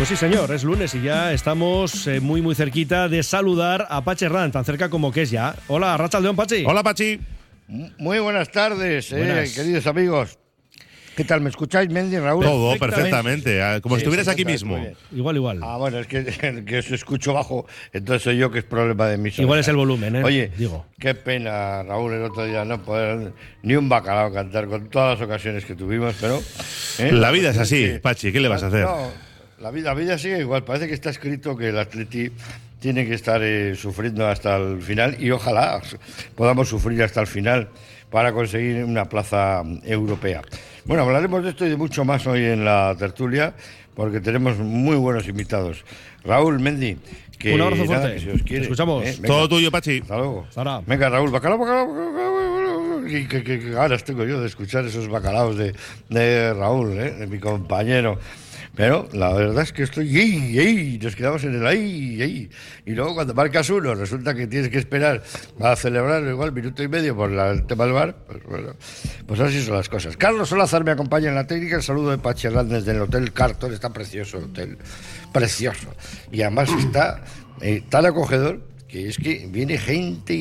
Pues sí, señor, es lunes y ya estamos muy cerquita de saludar a Pachi Herrán, tan cerca como que es ya. Hola, Arratsaldeon, Pachi. Hola, Pachi. Muy buenas tardes, queridos amigos. ¿Qué tal? ¿Me escucháis, Mendy, Raúl? Todo perfectamente, como si estuvieras aquí mismo. Igual. Bueno, es que os escucho bajo, entonces soy yo que es problema de mi orejas. Igual es el volumen, ¿eh? Oye, digo. Qué pena, Raúl, el otro día no poder ni un bacalao cantar con todas las ocasiones que tuvimos, pero... La vida es así, Pachi, ¿qué le vas a hacer? No, la vida sigue igual, parece que está escrito que el Atleti tiene que estar sufriendo hasta el final y ojalá podamos sufrir hasta el final para conseguir una plaza europea. Bueno, hablaremos de esto y de mucho más hoy en la tertulia, porque tenemos muy buenos invitados. Raúl, Mendy, que un abrazo fuerte. Que si os quiere, escuchamos. Todo tuyo, Pachi. Hasta luego. Ahora. Venga, Raúl, bacalao. Y que ganas tengo yo de escuchar esos bacalaos de Raúl, de mi compañero. Pero la verdad es que estoy nos quedamos en el ahí. Y luego cuando marcas uno, resulta que tienes que esperar a celebrarlo igual minuto y medio por el tema del bar. Pues bueno, pues así son las cosas. Carlos Solázar me acompaña en la técnica. El saludo de Pachi Hernández del Hotel Carton. Está precioso el hotel, precioso. Y además está tan acogedor que es que viene gente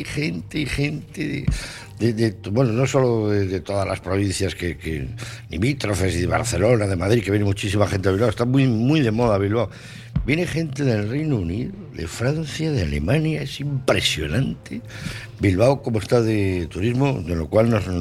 bueno, no solo de todas las provincias que limítrofes y de Barcelona, de Madrid, que viene muchísima gente a Bilbao, está muy de moda Bilbao. Viene gente del Reino Unido, de Francia, de Alemania, es impresionante. Bilbao como está de turismo, de lo cual nos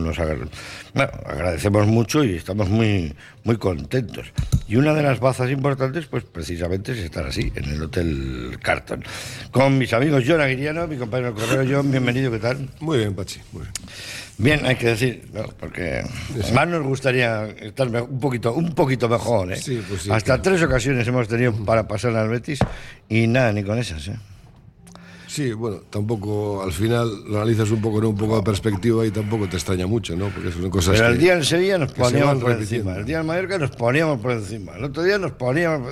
agradecemos mucho y estamos muy contentos. Y una de las bazas importantes, pues precisamente es estar así, en el Hotel Carton. Con mis amigos John Aguiriano, mi compañero de correo. John, bienvenido, ¿qué tal? Muy bien, Pachi, muy bien. Bien, hay que decir, ¿no? Porque más nos gustaría estar un poquito mejor, ¿eh? Sí, pues sí, hasta 3 ocasiones hemos tenido para pasar al Betis y nada, ni con esas, ¿eh? Sí, bueno, tampoco al final lo analizas un poco de perspectiva y tampoco te extraña mucho, ¿no? Porque son cosas. Pero que, el día en Sevilla nos poníamos por repitiendo. encima, el día en Mallorca nos poníamos por encima, el otro día nos poníamos.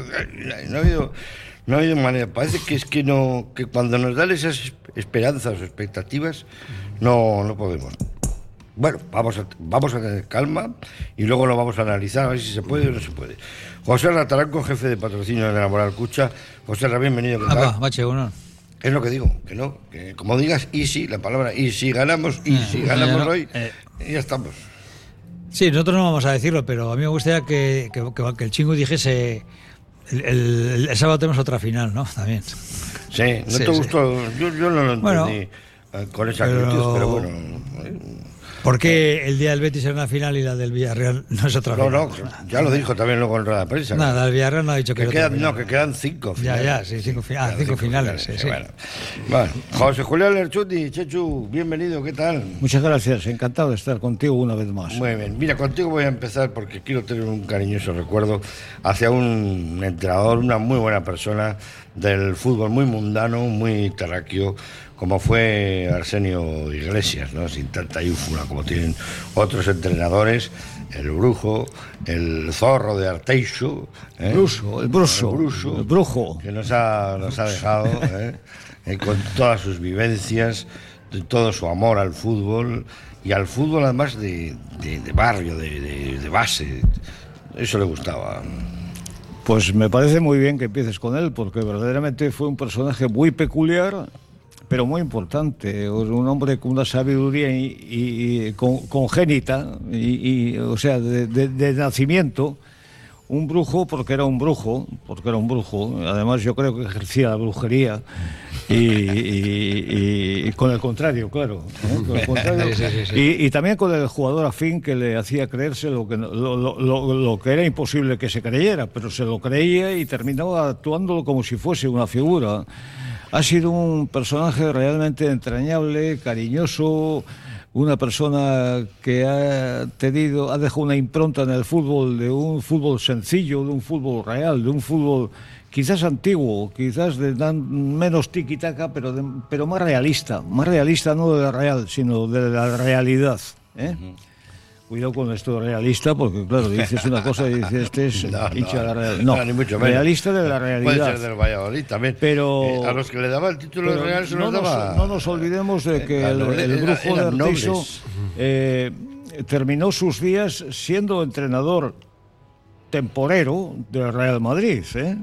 No ha habido manera. Parece que es que cuando nos dan esas esperanzas o expectativas no podemos. Bueno, vamos a tener calma y luego lo vamos a analizar a ver si se puede o no se puede. José Rataranco, jefe de patrocinio de la Moral Cucha. José, bienvenido. ¿Qué tal? Bache, uno. Es lo que digo, que como digas y si, la palabra y si ganamos hoy, y ya estamos. Sí, nosotros no vamos a decirlo, pero a mí me gustaría que el Chingu dijese el sábado tenemos otra final, ¿no? También. Sí, ¿no te gustó? Yo no lo entendí con esa actitud, pero bueno. ¿Por qué el día del Betis era una final y la del Villarreal no es otra final? No, ya lo dijo también luego en rueda de prensa. Nada, la del Villarreal no ha dicho que quedan 5 finales. Sí, 5 finales. Sí. Bueno, José Julián Lerchuti, Chechu, bienvenido, ¿qué tal? Muchas gracias, encantado de estar contigo una vez más. Muy bien, mira, contigo voy a empezar porque quiero tener un cariñoso recuerdo hacia un entrenador, una muy buena persona del fútbol, muy mundano, muy terráqueo, como fue Arsenio Iglesias, ¿no? Sin tanta ínfula como tienen otros entrenadores, el Brujo, el Zorro de Arteixo, el Brujo, que nos ha dejado con todas sus vivencias, todo su amor al fútbol y al fútbol además de barrio, de base. Eso le gustaba. Pues me parece muy bien que empieces con él, porque verdaderamente fue un personaje muy peculiar, pero muy importante. Un hombre con una sabiduría congénita, o sea, de nacimiento. Un brujo porque era un brujo. Además, yo creo que ejercía la brujería. Y con el contrario, claro. Con el contrario. Sí. Y también con el jugador afín que le hacía creerse lo que era imposible que se creyera, pero se lo creía y terminaba actuándolo como si fuese una figura. Ha sido un personaje realmente entrañable, cariñoso, una persona que ha dejado una impronta en el fútbol, de un fútbol sencillo, de un fútbol real, de un fútbol quizás antiguo, quizás de menos tiki-taka, pero más realista no de la real, sino de la realidad, ¿eh? Cuidado con esto realista, porque claro, dices una cosa y dices este es hincha de la realidad. No, ni mucho menos. Realista de la realidad. Puede ser del Valladolid también. Pero a los que le daba el título de real se los daba. No nos olvidemos de que el Brujo de Arteixo terminó sus días siendo entrenador temporero del Real Madrid, ¿eh?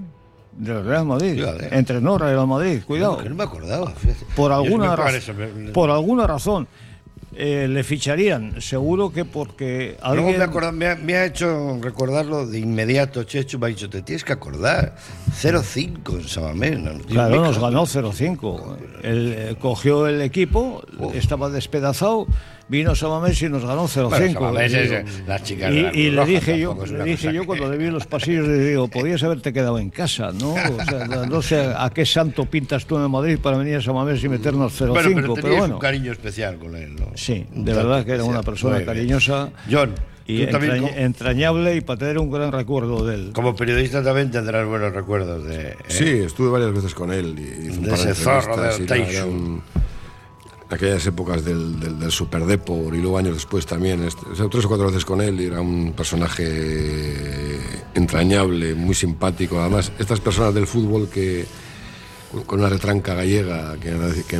Del Real Madrid. Fíjate. Entrenó Real Madrid, cuidado. Que no me acordaba, fíjate. Por alguna, Por alguna razón le ficharían, seguro que porque alguien... Luego me ha hecho recordarlo de inmediato, Chechu, me ha dicho, te tienes que acordar, 0-5 en Samamés. ¿No? Claro, nos ganó 0-5. Él cogió el equipo, estaba despedazado, vino Samamés y nos ganó 0-5. Bueno, las chicas y le dije yo cuando le vi en los pasillos, le digo, podías haberte quedado en casa, ¿no? O sea, no sé a qué santo pintas tú en Madrid para venir a Samamés y meternos 0-5. Pero bueno, un cariño especial con él, ¿no? Sí, de verdad que era una persona cariñosa. John, y entrañable, y para tener un gran recuerdo de él. Como periodista también tendrás buenos recuerdos de... Sí, estuve varias veces con él. Y de ese zorro del Teixo. Aquellas épocas del Super Depor y luego años después también. 3 o 4 veces con él y era un personaje entrañable, muy simpático. Además, estas personas del fútbol que con una retranca gallega que a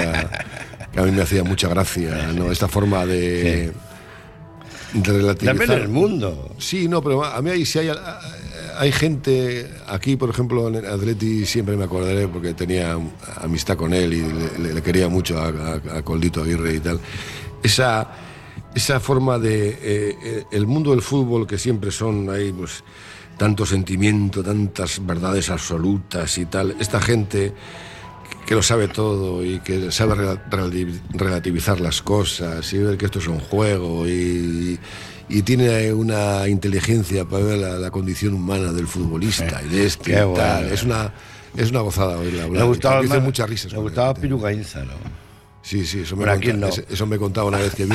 mí me hacía mucha gracia, ¿no? Esta forma de relativizar. También en el mundo. Sí, no, pero a mí si hay gente aquí, por ejemplo, en Atleti siempre me acordaré porque tenía amistad con él y le quería mucho a Coldito Aguirre y tal. Esa forma de el mundo del fútbol, que siempre son ahí, pues, tanto sentimiento, tantas verdades absolutas y tal. Esta gente que lo sabe todo y que sabe relativizar las cosas y ver que esto es un juego y tiene una inteligencia para ver la condición humana del futbolista y de este y tal. Bueno. Es una gozada oírla hablar. Me gustaba muchas risas. Me gustaba Piru Gainza, ¿no? Sí, eso me contaba una vez que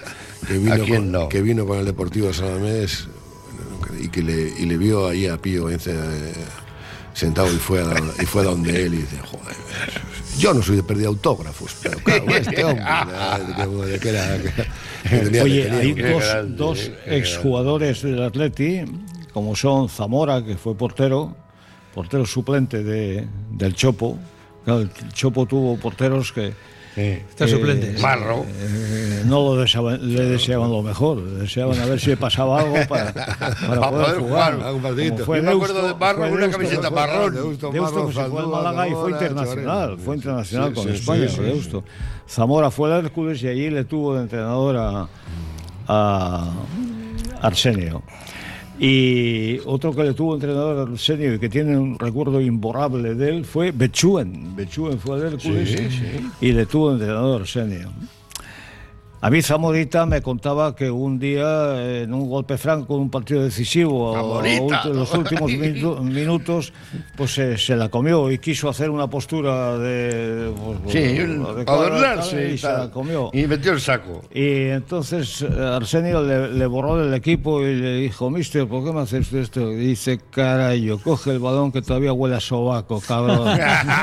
vino con el Deportivo de San Mamés y que le vio ahí a Pío Gainza sentado y fue a donde él y dice, joder, yo no soy de perder autógrafos, pero claro, este hombre Oye, hay dos exjugadores del Atleti, como son Zamora, que fue portero suplente del Chopo. Claro, el Chopo tuvo porteros que está suplente. Marro. No le deseaban lo mejor, le deseaban a ver si pasaba algo para poder jugar. Un partidito. Yo me acuerdo de Marro con una camiseta marrón. Deusto que se fue al Málaga y fue internacional con España. Deusto. Zamora fue al Hércules y allí le tuvo de entrenador a Arsenio. Y otro que le tuvo entrenador a Arsenio y que tiene un recuerdo imborrable de él fue Bechuen. Bechuen fue al Hércules y le tuvo entrenador a Arsenio. A mí Zamorita me contaba que un día en un golpe franco, en un partido decisivo, en los últimos minutos, pues se la comió y quiso hacer una postura de adornarse y se la comió. Y metió el saco. Y entonces Arsenio le borró del equipo y le dijo, mister, ¿por qué me haces esto? Y dice, carayo, coge el balón que todavía huele a sobaco, cabrón.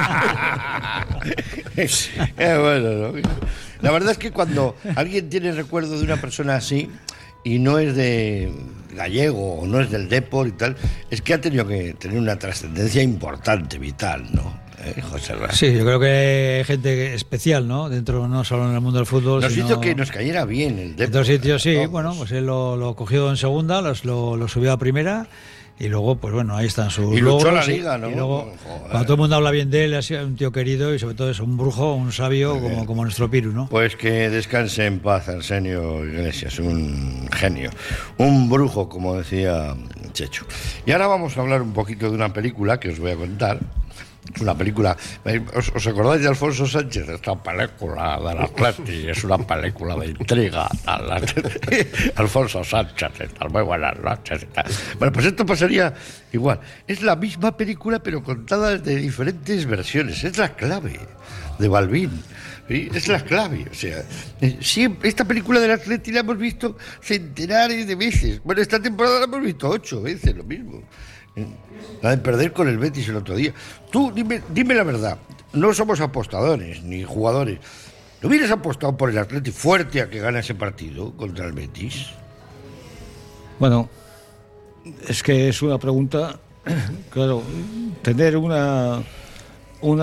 Es bueno, ¿no? La verdad es que cuando alguien tiene recuerdo de una persona así y no es de gallego o no es del Depor y tal, es que ha tenido que tener una trascendencia importante, vital, ¿no? José Ra. Sí, yo creo que hay gente especial, ¿no? Dentro, no solo en el mundo del fútbol. Nos hizo que nos cayera bien el Depor. En otros sitios sí, bueno, pues él lo cogió en segunda, lo subió a primera. Y luego, pues bueno, ahí están sus logros. Y luchó la liga, ¿no? Y luego, cuando todo el mundo habla bien de él, ha sido un tío querido y sobre todo es un brujo, un sabio como nuestro Piru, ¿no? Pues que descanse en paz Arsenio Iglesias, un genio, un brujo, como decía Chechu. Y ahora vamos a hablar un poquito de una película que os voy a contar. Es una película... ¿Os acordáis de Alfonso Sánchez? Esta película del Atleti es una película de intriga. Alfonso Sánchez, muy buenas noches. Bueno, pues esto pasaría igual. Es la misma película, pero contada de diferentes versiones. Es la clave de Balbín. ¿Sí? Es la clave. O sea, siempre, esta película del Atleti la hemos visto centenares de veces. Bueno, esta temporada la hemos visto 8 veces, lo mismo. La de perder con el Betis el otro día. Tú, dime la verdad. No somos apostadores ni jugadores. ¿No hubieras apostado por el Atleti fuerte a que gane ese partido contra el Betis? Bueno, es que es una pregunta. Claro, tener una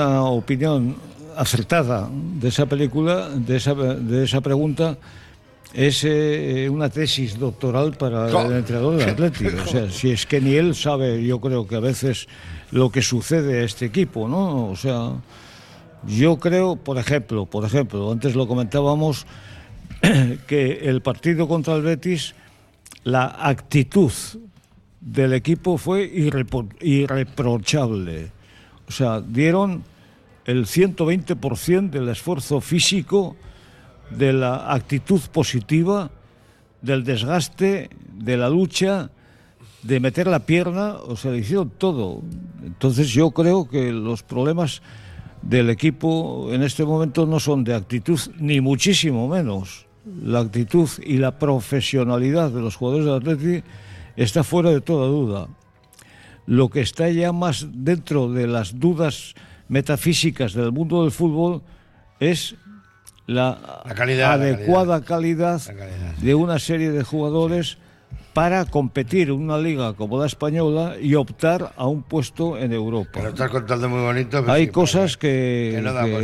opinión acertada de esa película, de esa pregunta, es una tesis doctoral para el entrenador del Atlético. O sea, si es que ni él sabe, yo creo que a veces lo que sucede a este equipo, ¿no? O sea, yo creo, por ejemplo, antes lo comentábamos, que el partido contra el Betis, la actitud del equipo fue irreprochable. O sea, dieron el 120% del esfuerzo físico, de la actitud positiva, del desgaste, de la lucha, de meter la pierna, o sea, hicieron todo. Entonces yo creo que los problemas del equipo en este momento no son de actitud, ni muchísimo menos. La actitud y la profesionalidad de los jugadores del Atleti está fuera de toda duda. Lo que está ya más dentro de las dudas metafísicas del mundo del fútbol es la adecuada calidad de una serie de jugadores para competir en una liga como la española y optar a un puesto en Europa. Pero estás contando muy bonito. Pero hay sí, cosas que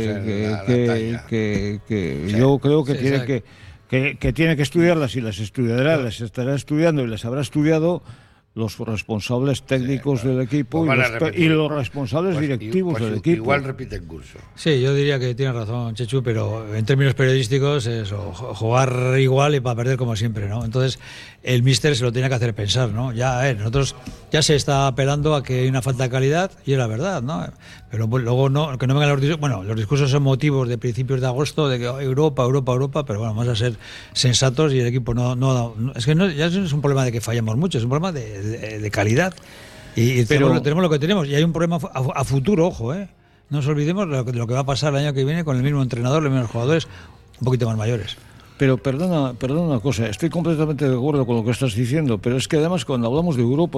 yo creo que tiene que estudiarlas, y las estudiará, las estará estudiando y las habrá estudiado los responsables técnicos del equipo y los responsables directivos del equipo. Igual repiten curso. Sí, yo diría que tiene razón, Chechu, pero en términos periodísticos es jugar igual y para perder como siempre, ¿no? Entonces el míster se lo tiene que hacer pensar, ¿no? Nosotros ya se está apelando a que hay una falta de calidad y es la verdad, ¿no? Pero luego no, que no vengan los discursos. Bueno, los discursos son motivos de principios de agosto de que Europa, pero bueno, vamos a ser sensatos y el equipo no es que ya no es un problema de que fallamos mucho, es un problema de calidad y tenemos lo que tenemos y hay un problema a futuro, ojo, no nos olvidemos lo que va a pasar el año que viene con el mismo entrenador, los mismos jugadores un poquito más mayores. Pero perdona una cosa, estoy completamente de acuerdo con lo que estás diciendo, pero es que además cuando hablamos de Europa,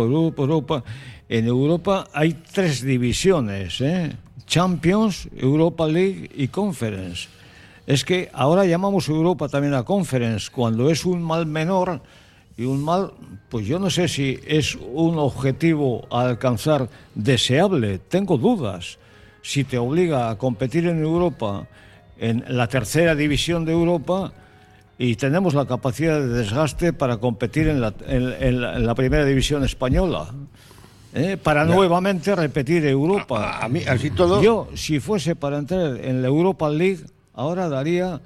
en Europa hay 3 divisiones, Champions, Europa League y Conference. Es que ahora llamamos Europa también a Conference, cuando es un mal menor y un mal, pues yo no sé si es un objetivo a alcanzar deseable, tengo dudas. Si te obliga a competir en Europa, en la 3ª división de Europa, y tenemos la capacidad de desgaste para competir en la 1ª división española, para nuevamente repetir Europa. A mí, así todo. Yo, si fuese para entrar en la Europa League, ahora daría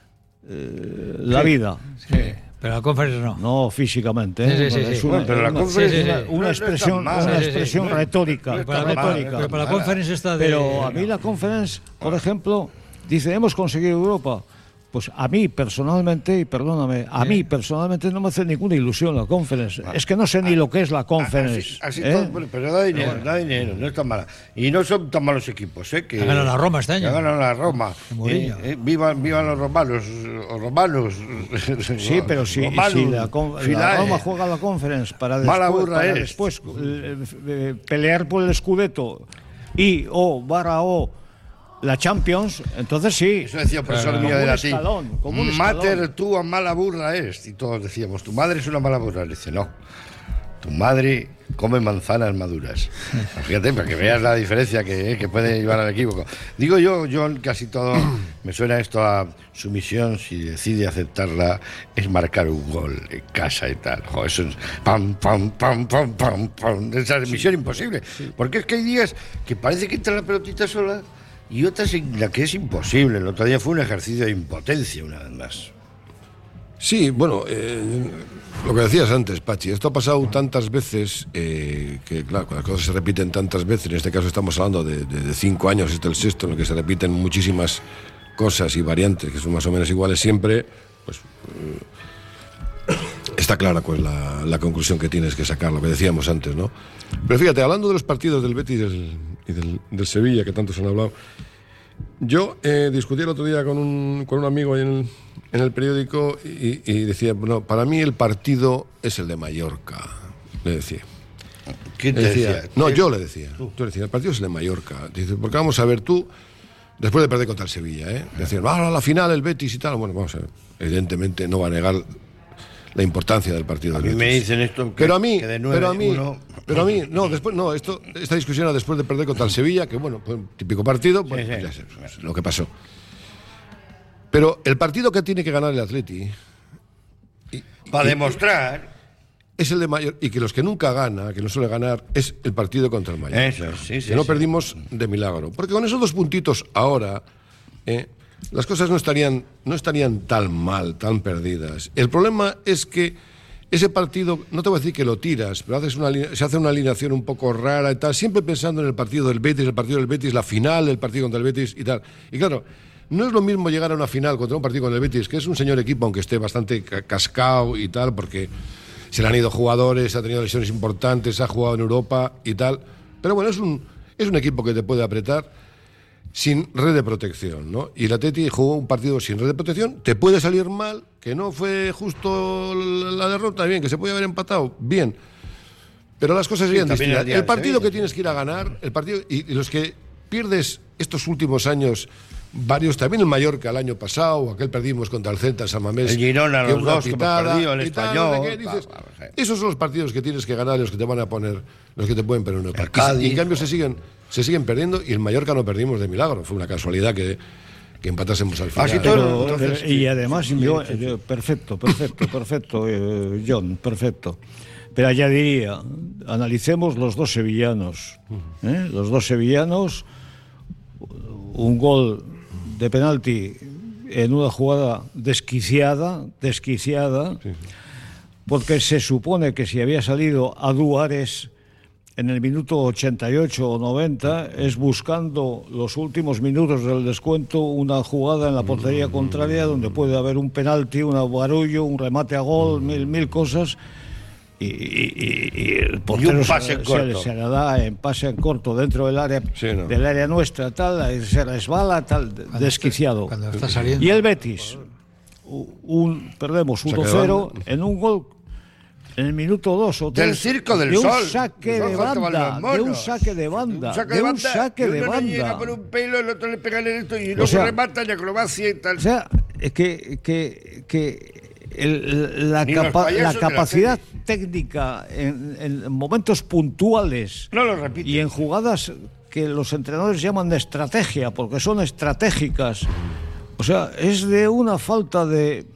la vida. Sí. Pero la Conference no. No físicamente. Sí. Pero la Conference es una expresión retórica. Pero para la Conference está de... Pero a mí la Conference, por ejemplo, dice, hemos conseguido Europa. Pues a mí personalmente, y perdóname, mí personalmente no me hace ninguna ilusión la Conference. Es que no sé ni lo que es la Conference. Así todo, pero da dinero, no es tan mala. Y no son tan malos equipos, que ha ganado la Roma este año. Ha ganado la Roma. Vivan los romanos. Sí, pero si la Roma juega la Conference para después pelear por el Scudetto o la Champions, entonces sí. Eso decía el profesor mío de latín. Mater tua mala burra es. Y todos decíamos, tu madre es una mala burra. Le dice, no, tu madre come manzanas maduras. Fíjate, para que veas la diferencia que puede llevar al equívoco. Digo yo casi todo, me suena esto a su misión, si decide aceptarla, es marcar un gol en casa y tal. Eso es pam. Esa es misión imposible. Porque es que hay días que parece que entra la pelotita sola y otras en la que es imposible. El otro día fue un ejercicio de impotencia, una vez más. Sí, bueno, lo que decías antes, Pachi, esto ha pasado tantas veces que, claro, cuando las cosas se repiten tantas veces, en este caso estamos hablando de 5 años, este es el 6º, en el que se repiten muchísimas cosas y variantes que son más o menos iguales siempre, pues está clara pues la conclusión que tienes que sacar, lo que decíamos antes, ¿no? Pero fíjate, hablando de los partidos del Betis y del Sevilla, que tantos han hablado, yo discutí el otro día con un amigo ahí en el periódico y decía, bueno, para mí el partido es el de Mallorca, le decía. ¿Quién te decía? No, yo le decía. Tú le decías, el partido es el de Mallorca. Dice, porque vamos a ver, tú, después de perder contra el Sevilla, decían, la final, el Betis y tal. Bueno, vamos a ver, evidentemente no va a negar la importancia del partido. A mí me dicen esto, pero a mí, no, después no, esta discusión era después de perder contra el Sevilla, que bueno, fue un típico partido, bueno, sí. Ya sé, lo que pasó. Pero el partido que tiene que ganar el Atleti Para demostrar. Es el de mayor, y que los que nunca gana, que no suele ganar, es el partido contra el Mallorca. Eso, sí, que no perdimos de milagro. Porque con esos 2 puntitos ahora, las cosas no estarían tan mal, tan perdidas. El problema es que ese partido, no te voy a decir que lo tiras, pero se hace una alineación un poco rara y tal, siempre pensando en el partido del Betis, la final del partido contra el Betis y tal. Y claro, no es lo mismo llegar a una final contra un partido con el Betis, que es un señor equipo, aunque esté bastante cascado y tal, porque se le han ido jugadores, ha tenido lesiones importantes, ha jugado en Europa y tal. Pero bueno, es un equipo que te puede apretar sin red de protección, ¿no? Y el Atleti jugó un partido sin red de protección, te puede salir mal, que no fue justo la derrota, bien, que se puede haber empatado, bien. Pero las cosas serían distintas. El partido que tienes que ir a ganar, el partido y los que pierdes estos últimos años, varios, también el Mallorca el año pasado, aquel perdimos contra el Celta, San Mamés, el Girona, los dos que hemos perdido, el Español. Esos son los partidos que tienes que ganar, los que te van a poner, los que te pueden poner una partida. Y en cambio se siguen perdiendo, y el Mallorca no perdimos de milagro, fue una casualidad que empatásemos al final. Y además, perfecto, John, perfecto. Pero ya diría, analicemos los 2 sevillanos. Los 2 sevillanos, un gol de penalti en una jugada desquiciada, porque se supone que si había salido a Duárez en el minuto 88 o 90, es buscando los últimos minutos del descuento una jugada en la portería contraria donde puede haber un penalti, un barullo, un remate a gol, mil cosas. Y el portero se le da en pase en corto dentro del área, del área nuestra, tal, se resbala, tal, desquiciado. Cuando está saliendo. Y el Betis, perdemos 1-0 en un gol en el minuto 2 o 3 del Circo del de un Sol, saque de banda, de un saque de banda, llega por un pelo, el otro le pega en esto y luego remata y acrobacia y tal. O sea, la capacidad técnica en momentos puntuales y en jugadas que los entrenadores llaman de estrategia, porque son estratégicas, o sea, es de una falta de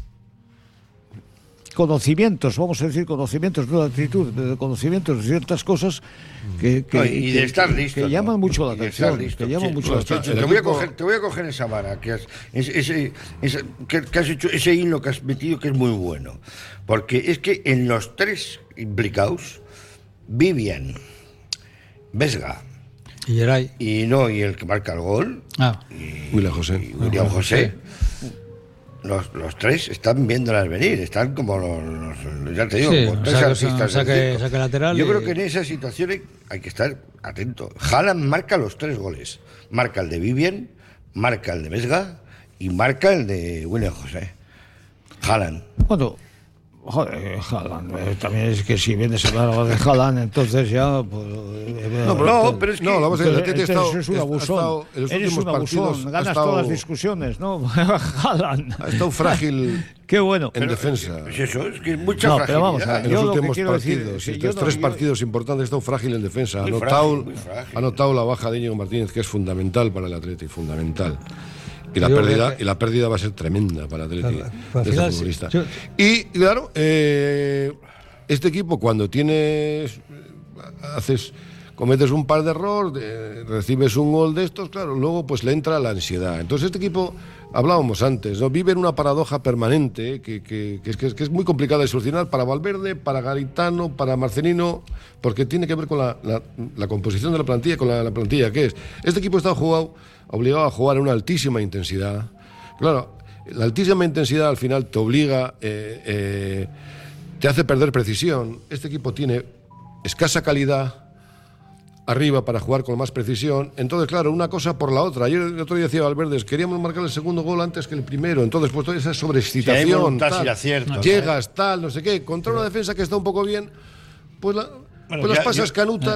conocimientos, vamos a decir conocimientos, no de actitud, de conocimientos de ciertas cosas que de estar listo, que llaman mucho la atención, que llaman mucho la atención. Te voy a coger esa vara que has hecho, ese hilo que has metido, que es muy bueno, porque es que en los 3 implicados, Vivian, Vesga y Geray y el que marca el gol, William José. Los 3 están viéndolas venir, están como ya te digo, como 3 artistas. Saque lateral. Yo creo que en esas situaciones hay que estar atento. Haaland marca los 3 goles. Marca el de Vivian, marca el de Vesga y marca el de William José. Haaland. Bueno, Haaland, también es que si vienes a hablar de Haaland, entonces ya... Pues, pero es que... vamos a ver, eres un abusón. Eres un abusón, ganas todas las discusiones, ¿no? Haaland. Ha estado frágil. Qué bueno. En defensa. Pues eso, es que mucha fragilidad. Pero vamos a ver, en los últimos partidos, estos 3 partidos importantes, ha estado frágil en defensa. Ha notado la baja de Íñigo Martínez, que es fundamental para el Atleti, fundamental. Y la pérdida va a ser tremenda para el Atleti, de este futbolista. Y claro, este equipo, cuando cometes un par de errores, recibes un gol de estos, claro, luego pues le entra la ansiedad. Entonces este equipo, hablábamos antes, ¿no? Vive en una paradoja permanente que es muy complicada de solucionar para Valverde, para Garitano, para Marcelino, porque tiene que ver con la composición de la plantilla, con la plantilla que es. Este equipo está obligado a jugar a una altísima intensidad. Claro, la altísima intensidad al final te obliga, te hace perder precisión. Este equipo tiene escasa calidad arriba para jugar con más precisión. Entonces, claro, una cosa por la otra. Ayer el otro día decía Valverde, queríamos marcar el segundo gol antes que el primero. Entonces, pues toda esa sobreexcitación, llegas, tal, no sé qué, contra una defensa que está un poco bien, pues las pasas canutas,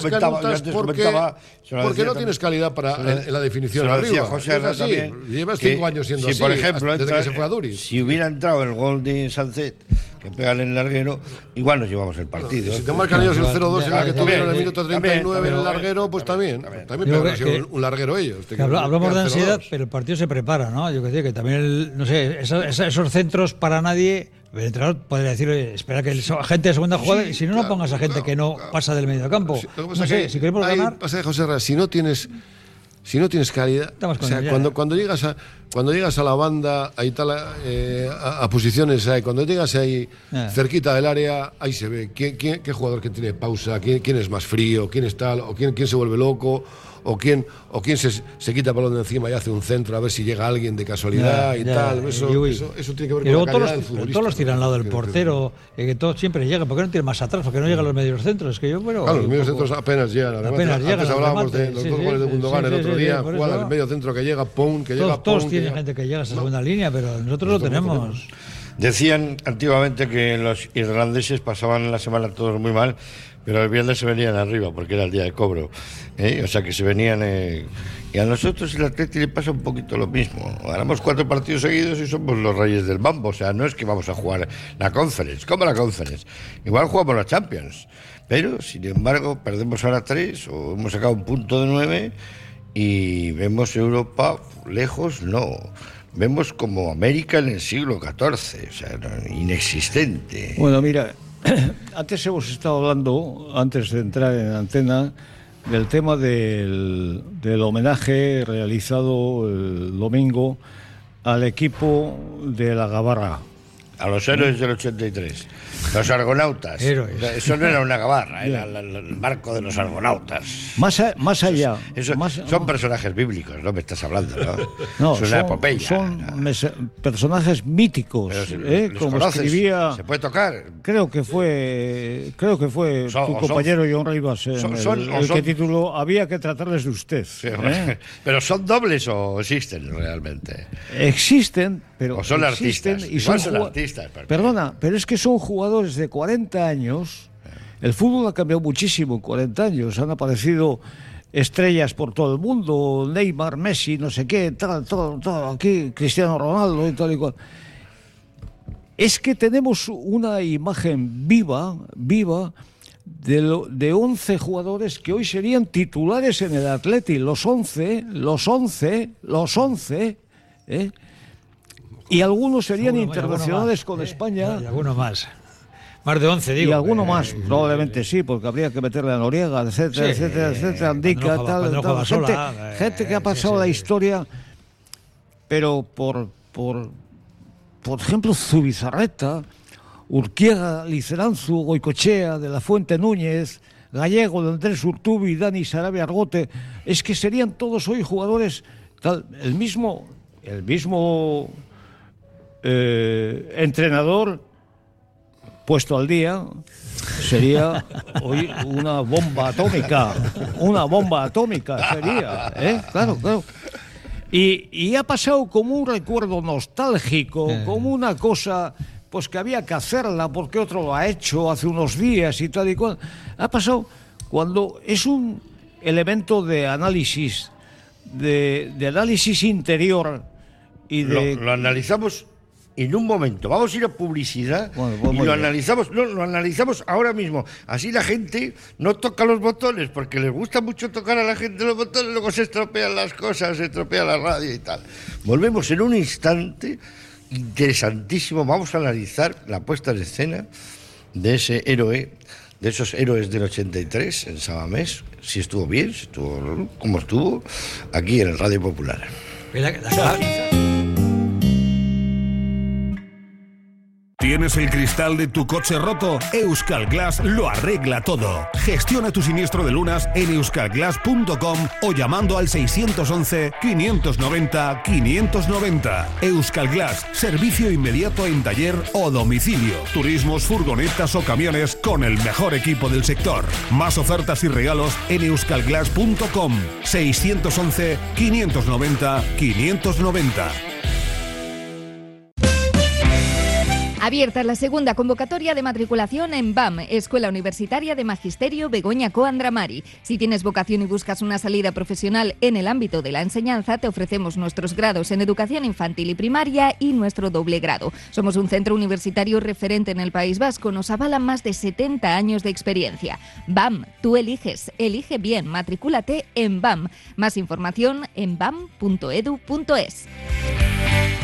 porque no tienes calidad en la definición arriba. José es así. Llevas 5 años siendo así, por ejemplo, desde que se fue a Duriz. Si hubiera entrado el gol de Sancet, que pega en el larguero, igual nos llevamos el partido. Si te marcan ellos el 0-2 en la que tuvieron en el minuto 39 en el larguero, pues también pegan un larguero ellos. Hablamos de ansiedad, pero el partido se prepara, ¿no? Yo que sé, que también, no sé, esos centros para nadie, El entrenador podría decirle, espera que el gente de segunda juegue, y si no, no pongas a gente que no pasa del medio campo. No sé, si queremos ganar... Pasa de José Ra, si no tienes calidad, o sea, cuando llegas a la banda, ahí tal, a posiciones, cuando llegas ahí cerquita del área, ahí se ve qué jugador que tiene pausa, quién es más frío, quién es tal, o quién se vuelve loco, o quién se quita el balón de encima y hace un centro a ver si llega alguien de casualidad tal. Eso tiene que ver con la calidad del futbolista. Todos los tiran al lado del portero, que todos siempre llegan. ¿Por qué no tiran más atrás? ¿Por qué no llegan los medios centros? Claro, los medios centros apenas llegan. Antes hablábamos de los 2 goles de Gundogan el otro día, jugada el medio centro que llega, pum, que llega, pum. Todos tienen gente que llega a esa segunda línea, pero nosotros lo tenemos. Decían antiguamente que los irlandeses pasaban la semana todos muy mal, pero el viernes se venían arriba porque era el día de cobro, o sea que se venían y a nosotros el Atleti le pasa un poquito lo mismo. Ganamos 4 partidos seguidos y somos los reyes del mambo. O sea, no es que vamos a jugar la Conference, como la Conference, igual jugamos la Champions, pero sin embargo perdemos ahora 3 o hemos sacado un punto de 9 y vemos Europa lejos, no. Vemos como América en el siglo XIV, o sea, inexistente. Bueno, mira, antes hemos estado hablando, antes de entrar en antena, del tema del homenaje realizado el domingo al equipo de la Gabarra. A los héroes del 83. Los argonautas. Héroes. Eso no era una gabarra, era el barco de los argonautas. Más allá. Son personajes bíblicos, ¿no? Me estás hablando, ¿no? No, es una epopeya. Son personajes míticos. Como conoces, escribía. ¿se puede tocar? Creo que fue tu compañero John Rivas el que tituló Había que tratarles de usted. Sí, ¿Pero son dobles o existen realmente? Existen, pero. O son artistas. Y son artistas. Perdona, pero es que son jugadores de 40 años. El fútbol ha cambiado muchísimo en 40 años. Han aparecido estrellas por todo el mundo, Neymar, Messi, no sé qué, tal, todo aquí, Cristiano Ronaldo y tal y cual. Es que tenemos una imagen viva de 11 jugadores que hoy serían titulares en el Atleti. Los 11, y algunos serían internacionales con España. Y alguno más. Más de 11, digo. Y alguno más, probablemente sí, porque habría que meterle a Noriega, etcétera, Andica, tal. Gente que ha pasado la historia, pero por ejemplo, Zubizarreta, Urquiaga, Liceranzu, Goicochea, De la Fuente Núñez, Gallego, de Andrés Urtubi, Dani Sarabia Argote, es que serían todos hoy jugadores, tal, el mismo entrenador puesto al día sería hoy una bomba atómica sería, claro. Y ha pasado como un recuerdo nostálgico, como una cosa pues que había que hacerla porque otro lo ha hecho hace unos días y tal y cual. Ha pasado cuando es un elemento de análisis, de análisis interior y de... Lo analizamos en un momento. Vamos a ir a publicidad y lo analizamos. No, lo analizamos ahora mismo. Así la gente no toca los botones, porque les gusta mucho tocar a la gente los botones, luego se estropean las cosas, se estropea la radio y tal. Volvemos en un instante interesantísimo. Vamos a analizar la puesta en escena de ese héroe, de esos héroes del 83 en Samamés, si estuvo bien, cómo estuvo, aquí en el Radio Popular. ¿Tienes el cristal de tu coche roto? Euskal Glass lo arregla todo. Gestiona tu siniestro de lunas en euskalglass.com o llamando al 611-590-590. Euskal Glass, servicio inmediato en taller o domicilio. Turismos, furgonetas o camiones con el mejor equipo del sector. Más ofertas y regalos en euskalglass.com. 611-590-590. Abierta la segunda convocatoria de matriculación en BAM, Escuela Universitaria de Magisterio Begoña Coandramari. Si tienes vocación y buscas una salida profesional en el ámbito de la enseñanza, te ofrecemos nuestros grados en educación infantil y primaria y nuestro doble grado. Somos un centro universitario referente en el País Vasco, nos avalan más de 70 años de experiencia. BAM, tú eliges, elige bien, matricúlate en BAM. Más información en bam.edu.es.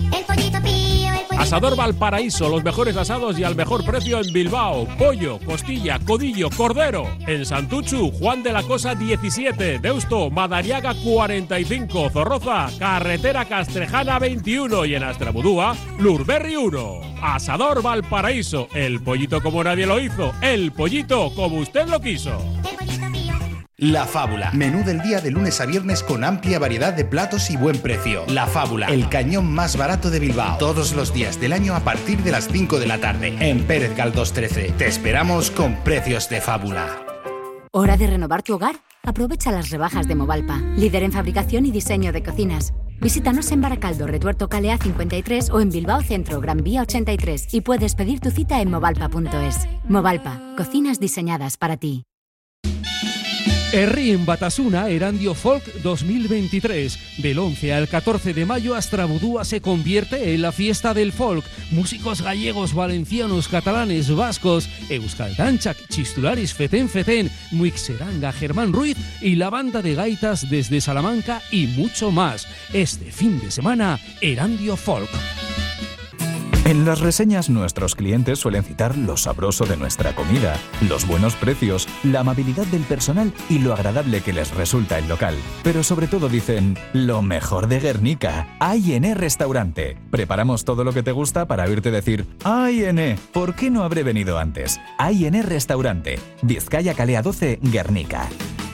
Asador Valparaíso, los mejores asados y al mejor precio en Bilbao. Pollo, costilla, codillo, cordero. En Santuchu, Juan de la Cosa 17. Deusto, Madariaga 45. Zorroza, Carretera Castrejana 21. Y en Astrabudúa, Lurberri 1. Asador Valparaíso, el pollito como nadie lo hizo. El pollito como usted lo quiso. La Fábula. Menú del día de lunes a viernes con amplia variedad de platos y buen precio. La Fábula, el cañón más barato de Bilbao. Todos los días del año a partir de las 5 de la tarde. En Pérez Galdós 13. Te esperamos con precios de fábula. ¿Hora de renovar tu hogar? Aprovecha las rebajas de Movalpa, líder en fabricación y diseño de cocinas. Visítanos en Baracaldo, Retuerto Calea 53 o en Bilbao Centro, Gran Vía 83 y puedes pedir tu cita en movalpa.es. Movalpa, cocinas diseñadas para ti. Herri en Batasuna, Erandio Folk 2023. Del 11 al 14 de mayo, Astrabudúa se convierte en la fiesta del folk. Músicos gallegos, valencianos, catalanes, vascos, Euskal Dantzak, Chistularis, Feten, Muixeranga, Germán Ruiz y la banda de gaitas desde Salamanca y mucho más. Este fin de semana, Erandio Folk. En las reseñas nuestros clientes suelen citar lo sabroso de nuestra comida, los buenos precios, la amabilidad del personal y lo agradable que les resulta el local. Pero sobre todo dicen, lo mejor de Guernica, A&E Restaurante. Preparamos todo lo que te gusta para oírte decir, A&E, ¿por qué no habré venido antes? A&E Restaurante, Vizcaya Calea 12, Guernica.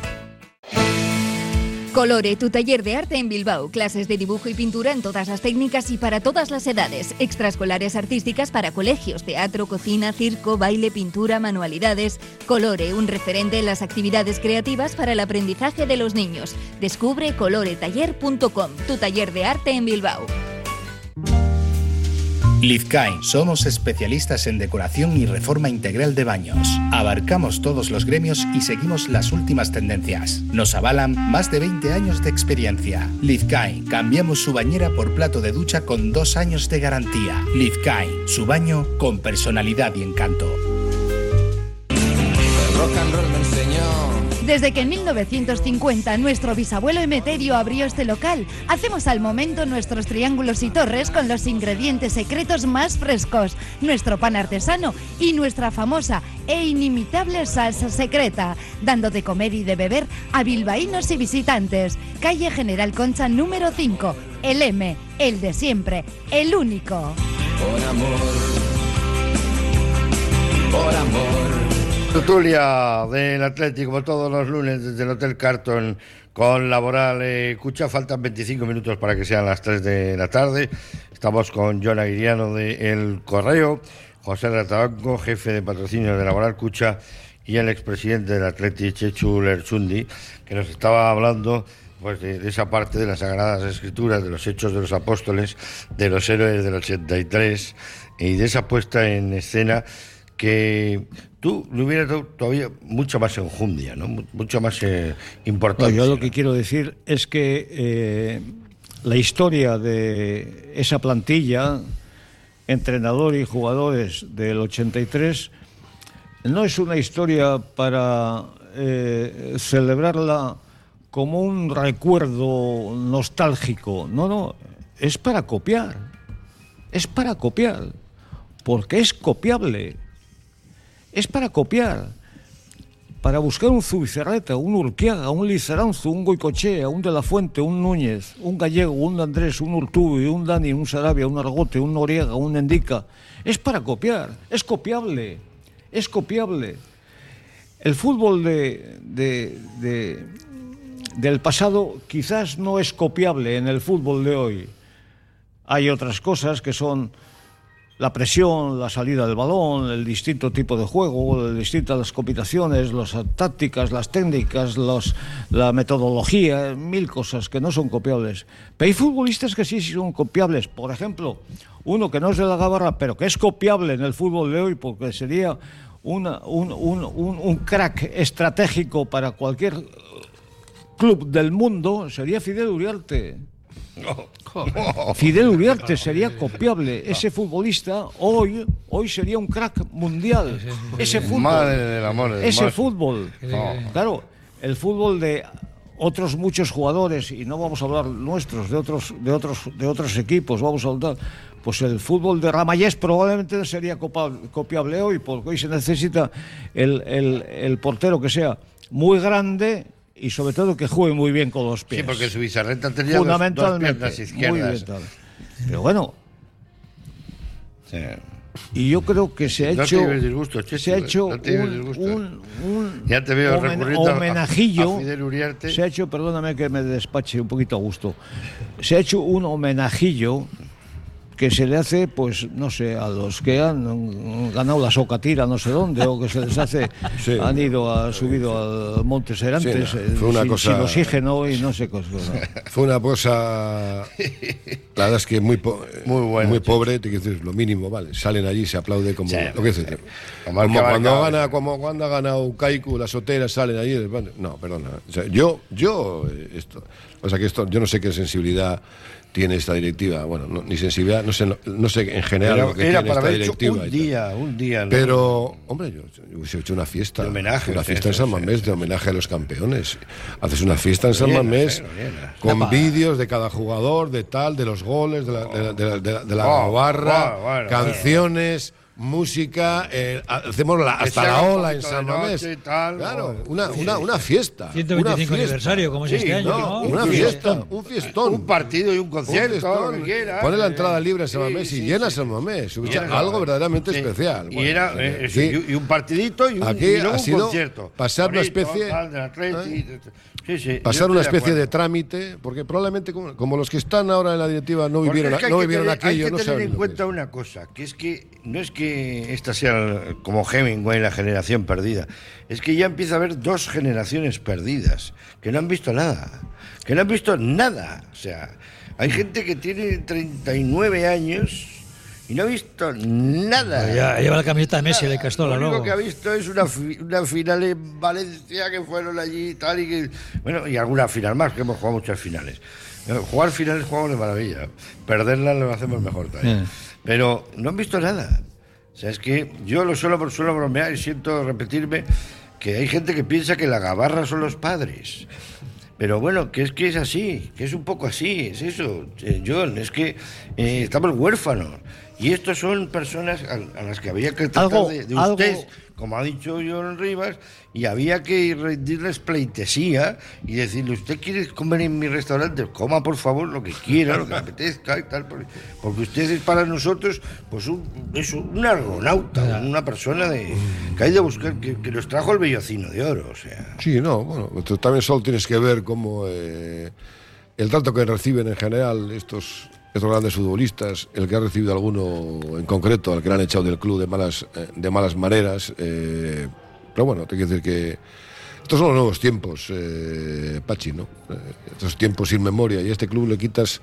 Colore, tu taller de arte en Bilbao. Clases de dibujo y pintura en todas las técnicas y para todas las edades. Extraescolares artísticas para colegios, teatro, cocina, circo, baile, pintura, manualidades. Colore, un referente en las actividades creativas para el aprendizaje de los niños. Descubre coloretaller.com, tu taller de arte en Bilbao. Lizkain. Somos especialistas en decoración y reforma integral de baños. Abarcamos todos los gremios y seguimos las últimas tendencias. Nos avalan más de 20 años de experiencia. Lizkain. Cambiamos su bañera por plato de ducha con 2 años de garantía. Lizkain. Su baño con personalidad y encanto. El rock and roll me enseñó. Desde que en 1950 nuestro bisabuelo Emeterio abrió este local, hacemos al momento nuestros triángulos y torres con los ingredientes secretos más frescos, nuestro pan artesano y nuestra famosa e inimitable salsa secreta, dando de comer y de beber a bilbaínos y visitantes. Calle General Concha número 5, el M, el de siempre, el único. Por amor, por amor. Tertulia del Atlético, como todos los lunes desde el Hotel Carton con Laboral Cucha. Faltan 25 minutos para que sean las 3 de la tarde. Estamos con Jon Aguiriano de El Correo, José Ratabanco, jefe de patrocinio de Laboral Cucha, y el expresidente del Atlético, Chechu Lerchundi, que nos estaba hablando pues de esa parte de las Sagradas Escrituras, de los Hechos de los Apóstoles, de los héroes del 83 y de esa puesta en escena que tú le hubieras dado todavía mucha más enjundia, ¿no? Mucho más importancia. Yo lo que quiero decir es que la historia de esa plantilla, entrenador y jugadores del 83, no es una historia para celebrarla como un recuerdo nostálgico. No, es para copiar. Es para copiar. Porque es copiable. Es para copiar, para buscar un Zubizarreta, un Urquiaga, un Lizaranzu, un Goicoechea, un De la Fuente, un Núñez, un Gallego, un Andrés, un Urtubi, un Dani, un Sarabia, un Argote, un Noriega, un Endica. Es para copiar, es copiable, es copiable. El fútbol del pasado quizás no es copiable en el fútbol de hoy. Hay otras cosas que son la presión, la salida del balón, el distinto tipo de juego, las distintas combinaciones, las tácticas, las técnicas, la metodología, 1000 cosas que no son copiables. Pero hay futbolistas que sí son copiables. Por ejemplo, uno que no es de la Gabarra, pero que es copiable en el fútbol de hoy porque sería un crack estratégico para cualquier club del mundo, sería Fidel Uriarte. Fidel Uriarte sería copiable. Ese futbolista hoy sería un crack mundial. Ese fútbol, madre del amor, ese fútbol. Claro, el fútbol de otros muchos jugadores, y no vamos a hablar nuestros, de otros equipos, vamos a hablar, pues el fútbol de Ramallés probablemente sería copiable hoy, porque hoy se necesita el portero que sea muy grande y sobre todo que juegue muy bien con los pies. Sí, porque Zubizarreta tenía dos piernas izquierdas. Muy bien, pero bueno. Sí. Y yo creo que se ha hecho ya te veo homenajillo a Fidel Uriarte. Se ha hecho, perdóname que me despache un poquito a gusto, se ha hecho un homenajillo que se le hace, pues no sé, a los que han ganado la Socatira no sé dónde, o que se les hace sí. han subido al Monte Serantes, sí, fue una cosa, sin oxígeno y no sé qué. Fue una cosa, la verdad es que muy pobre, te quiero decir, lo mínimo, vale, salen allí, se aplaude como sí, lo que dices, como cuando ha ganado Kaiku, las soteras salen allí, no, perdona, o sea, yo esto, o sea que esto, yo no sé qué sensibilidad tiene esta directiva, bueno, ni sensibilidad, no sé en general lo que tiene esta directiva. Un día. ¿No? Pero, hombre, yo hubiese hecho una fiesta. De homenaje. Una fiesta en San Mamés, de homenaje a los campeones. Haces una fiesta en San Mamés con vídeos de cada jugador, de los goles, de la barra, canciones, música, hacemos hasta la ola en San Mamés. Claro, una fiesta. 125 aniversario, como es este año. No, una fiesta, un fiestón. Un partido y un concierto, lo que quieras. Pone la entrada libre en San Mamés y llena San Mamés. Algo verdaderamente especial. Y era y un partidito y un concierto. Pasar una especie... pasar una especie de trámite, porque probablemente como los que están ahora en la directiva no vivieron aquello, no saben. Hay que tener en cuenta una cosa, que es que no es que esta sea como Hemingway, la generación perdida, es que ya empieza a haber dos generaciones perdidas que no han visto nada, o sea, hay gente que tiene 39 años y no ha visto nada. Ya lleva la camiseta de Messi, de Castola, ¿no? Lo único que ha visto es una final en Valencia, que fueron allí y tal, y alguna final más, que hemos jugado muchas finales. Jugar finales jugamos de maravilla, perderlas lo hacemos mejor también. Pero no han visto nada. O sea, es que yo suelo bromear y siento repetirme que hay gente que piensa que la gabarra son los padres. Pero bueno, que es así, que es un poco así, es eso, John, es que estamos huérfanos. Y estos son personas a las que había que tratar de usted, como ha dicho John Rivas, y había que rendirles pleitesía y decirle, ¿usted quiere comer en mi restaurante? Coma, por favor, lo que quiera, lo que le apetezca y tal, porque usted es para nosotros pues un argonauta, una persona que hay de buscar, que nos trajo el Bellocino de Oro, o sea. Sí, no, bueno, tú también solo tienes que ver cómo el trato que reciben en general estos grandes futbolistas, el que ha recibido alguno en concreto, al que le han echado del club de malas maneras, pero bueno, te quiero decir que estos son los nuevos tiempos, Pachi, ¿no? Estos tiempos sin memoria, y a este club le quitas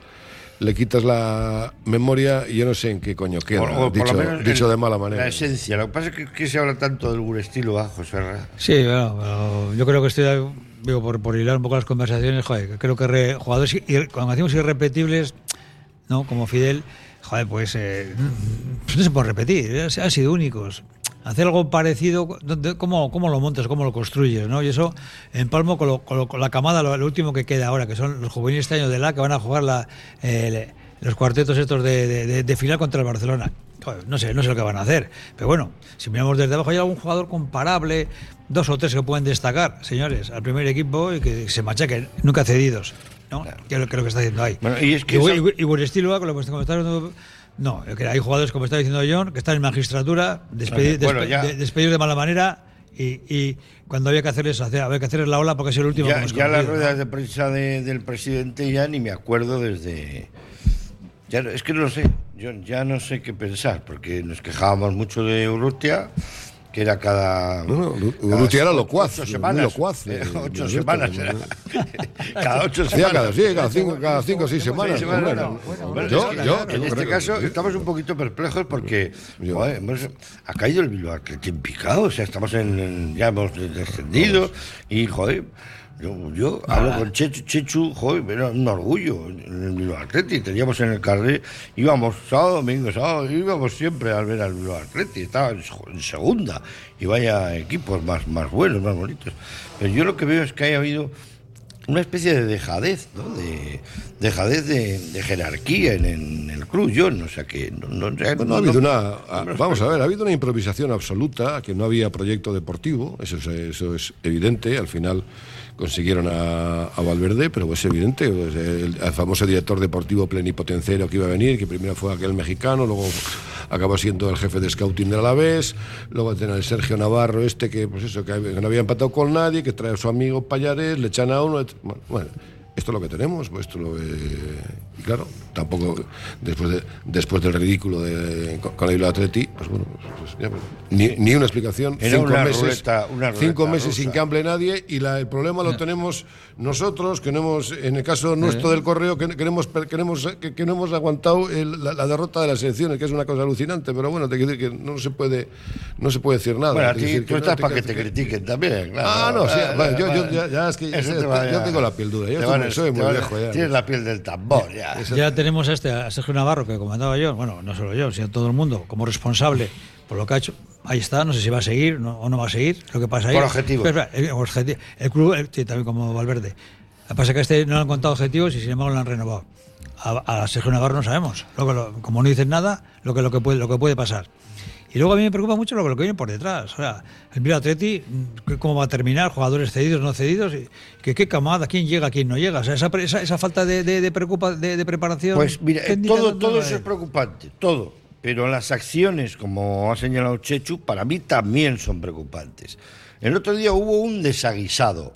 la memoria y yo no sé en qué coño queda, dicho de mala manera. La esencia, lo que pasa es que se habla tanto del Gurestilo bajo, Serra. Sí, bueno, yo creo que estoy, digo, por hilar un poco las conversaciones, joder, creo que jugadores, cuando decimos irrepetibles, ¿no? Como Fidel, joder, pues no se puede repetir, han sido únicos. Hacer algo parecido, ¿cómo lo montas, cómo lo construyes, ¿no? Y eso empalmo con la camada, lo último que queda ahora, que son los juveniles este año de que van a jugar los cuartetos estos de final contra el Barcelona. Joder, no sé lo que van a hacer, pero bueno, si miramos desde abajo hay algún jugador comparable, 2 o 3 que pueden destacar, señores, al primer equipo y que se machaquen, nunca cedidos, ¿no? Claro. Que es lo que está haciendo ahí. Bueno, y es que y buen estilo, como está diciendo. No, que hay jugadores, como está diciendo John, que están en magistratura, despedidos de mala manera, y cuando había que hacerles la ola porque es el último. Ya las ruedas de prensa del presidente ya ni me acuerdo desde. Es que no lo sé, yo ya no sé qué pensar, porque nos quejábamos mucho de Urrutia, que era cada Urrutia era locuaz, 8 semanas. 8 semanas era. Cada 8 semanas. Cada 5 o 6 semanas. En este caso estamos un poquito perplejos porque ha caído el Bilbao Athletic en picado, o sea, ya hemos descendido y joder. Yo hablo con Chechu, joder, era un orgullo en el Bilbao Athletic. Teníamos en el carril, íbamos sábado, íbamos siempre a ver al Bilbao Athletic, estaba en segunda, y vaya equipos más buenos, más bonitos. Pero yo lo que veo es que ha habido una especie de dejadez, ¿no? De dejadez de jerarquía en el club. Yo no sé qué. Ha habido ha habido una improvisación absoluta, que no había proyecto deportivo, eso es evidente. Al final consiguieron a Valverde, pero es evidente, el famoso director deportivo plenipotenciario que iba a venir, que primero fue aquel mexicano, luego acabó siendo el jefe de scouting del Alavés, luego tenía el Sergio Navarro que no había empatado con nadie, que trae a su amigo Payares, le echan a uno, bueno, esto es lo que tenemos, pues y claro, tampoco después del ridículo con el Atleti, pues bueno, ni una explicación. Era 5 una meses, ruleta 5 meses rusa. sin que hable nadie, y el problema lo tenemos nosotros, que no hemos, en el caso nuestro del Correo, que no hemos aguantado la derrota de las elecciones, que es una cosa alucinante, pero bueno, te quiero decir que no se puede decir nada. Bueno, a ti tú estás para que te critiquen también, claro. Yo tengo la piel dura, soy muy viejo ya. Tienes la piel del tambor, ya. Ya tenemos a Sergio Navarro, que comentaba yo, bueno, no solo yo, sino todo el mundo, como responsable por lo que ha hecho. Ahí está, no sé si va a seguir o no va a seguir. Lo que pasa ahí. Por objetivos. El club, sí, también como Valverde. Lo que pasa es que no le han contado objetivos y sin embargo lo han renovado. A Sergio Navarro no sabemos. Como no dicen nada, lo que puede pasar. Y luego a mí me preocupa mucho lo que viene por detrás. O sea, el Bilbao Athletic, cómo va a terminar, jugadores cedidos, no cedidos, qué camada, quién llega, quién no llega. O sea, esa falta de preparación. Pues mira, todo eso es preocupante, todo. Pero las acciones, como ha señalado Chechu, para mí también son preocupantes. El otro día hubo un desaguisado.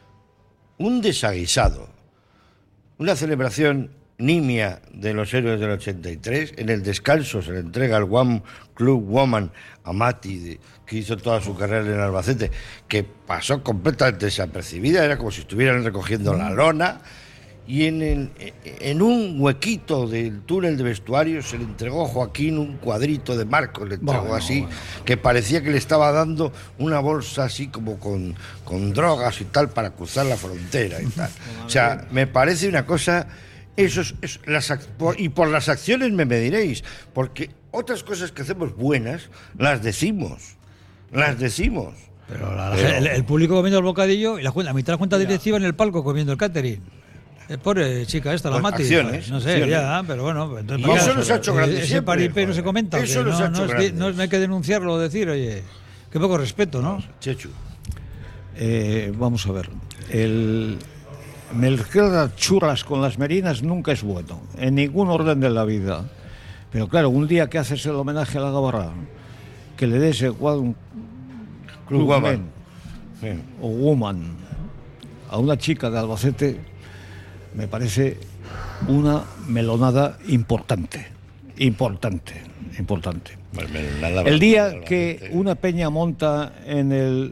Una celebración nimia de los héroes del 83. En el descanso se le entrega al One Club Woman a Mati, que hizo toda su carrera en el Albacete, que pasó completamente desapercibida, era como si estuvieran recogiendo la lona, y en un huequito del túnel de vestuario se le entregó a Joaquín un cuadrito de Marcos, le entregó que parecía que le estaba dando una bolsa así como con drogas y tal para cruzar la frontera y tal. O sea, me parece una cosa. Y por las acciones me diréis, porque otras cosas que hacemos buenas las decimos. Pero el público comiendo el bocadillo y la mitad de la junta directiva en el palco comiendo el catering. Pobre chica esta, la Mati. Acciones, no sé, acciones. Ya, pero bueno. Y eso nos ha hecho grande ese siempre. paripé no se comenta. Eso nos ha hecho grande. No hay que denunciarlo o decir, oye, qué poco respeto, ¿no? Chechu. Vamos a ver. El mezclar churras con las merinas nunca es bueno, en ningún orden de la vida. Pero claro, un día que haces el homenaje a la Gabarra, que le des igual un club woman o woman a una chica de Albacete, me parece una melonada importante. El día que una peña monta en el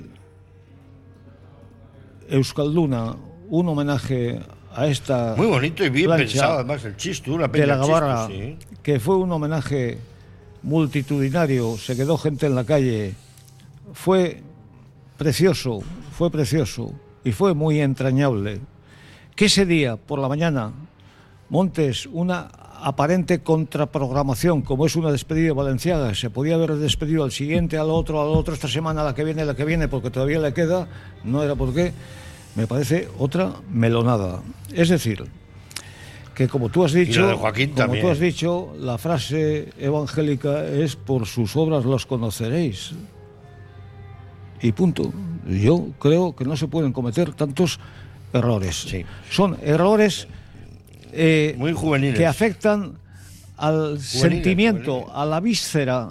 Euskalduna un homenaje a esta muy bonito y bien pensado, además el chistu, una peña de la Gabarra, sí. Que fue un homenaje multitudinario, se quedó gente en la calle, fue precioso y fue muy entrañable. Que ese día por la mañana montes una aparente contraprogramación, como es una despedida de Valenciaga, se podía haber despedido al siguiente, al otro, esta semana, la que viene, porque todavía le queda, no era por qué. Me parece otra melonada. Es decir, que como tú has dicho, la frase evangélica es: por sus obras los conoceréis. Y punto. Yo creo que no se pueden cometer tantos errores. Sí. Son errores muy juveniles, que afectan al sentimiento, a la víscera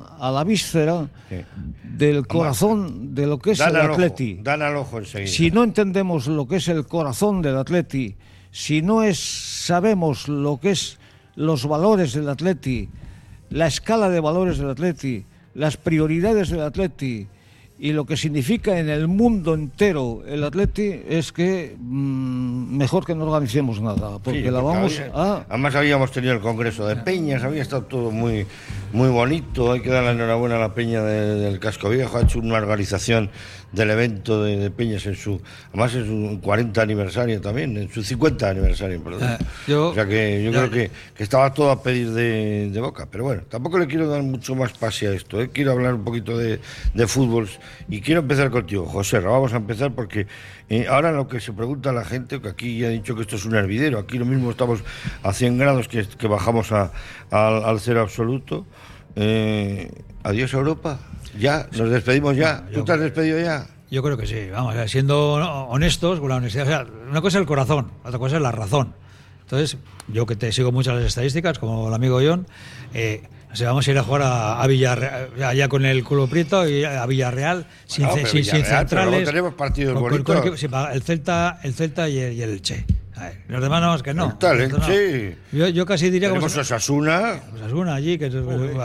del corazón de lo que es el Atleti. Dan al ojo enseguida. Si no entendemos lo que es el corazón del Atleti, si no sabemos lo que es los valores del Atleti, la escala de valores del Atleti, las prioridades del Atleti y lo que significa en el mundo entero el Atleti, es que mejor que no organicemos nada, porque además habíamos tenido el Congreso de Peñas, había estado todo muy, muy bonito. Hay que dar la enhorabuena a la Peña del Casco Viejo, ha hecho una organización del evento de Peñas en su 40 aniversario también, en su 50 aniversario, perdón. O sea que yo creo que estaba todo a pedir de boca, pero bueno, tampoco le quiero dar mucho más pase a esto, quiero hablar un poquito de fútbol, y quiero empezar contigo, José. Vamos a empezar porque ahora lo que se pregunta la gente, que aquí ya he dicho que esto es un hervidero, aquí lo mismo estamos a 100 grados que bajamos al cero absoluto. Adiós a Europa. Ya, nos despedimos ya. ¿Tú te has despedido ya? Yo creo que sí, vamos, siendo honestos con la honestidad. O sea, una cosa es el corazón, otra cosa es la razón. Entonces, yo que te sigo mucho las estadísticas, como el amigo John, vamos a ir a jugar a Villarreal, allá con el culo prieto, y a Villarreal, sin centrales. Tenemos partidos bonitos. El Celta y el Elche. Los demás no, es que no. Sí. Yo casi diría que tenemos Osasuna. Osasuna allí, que es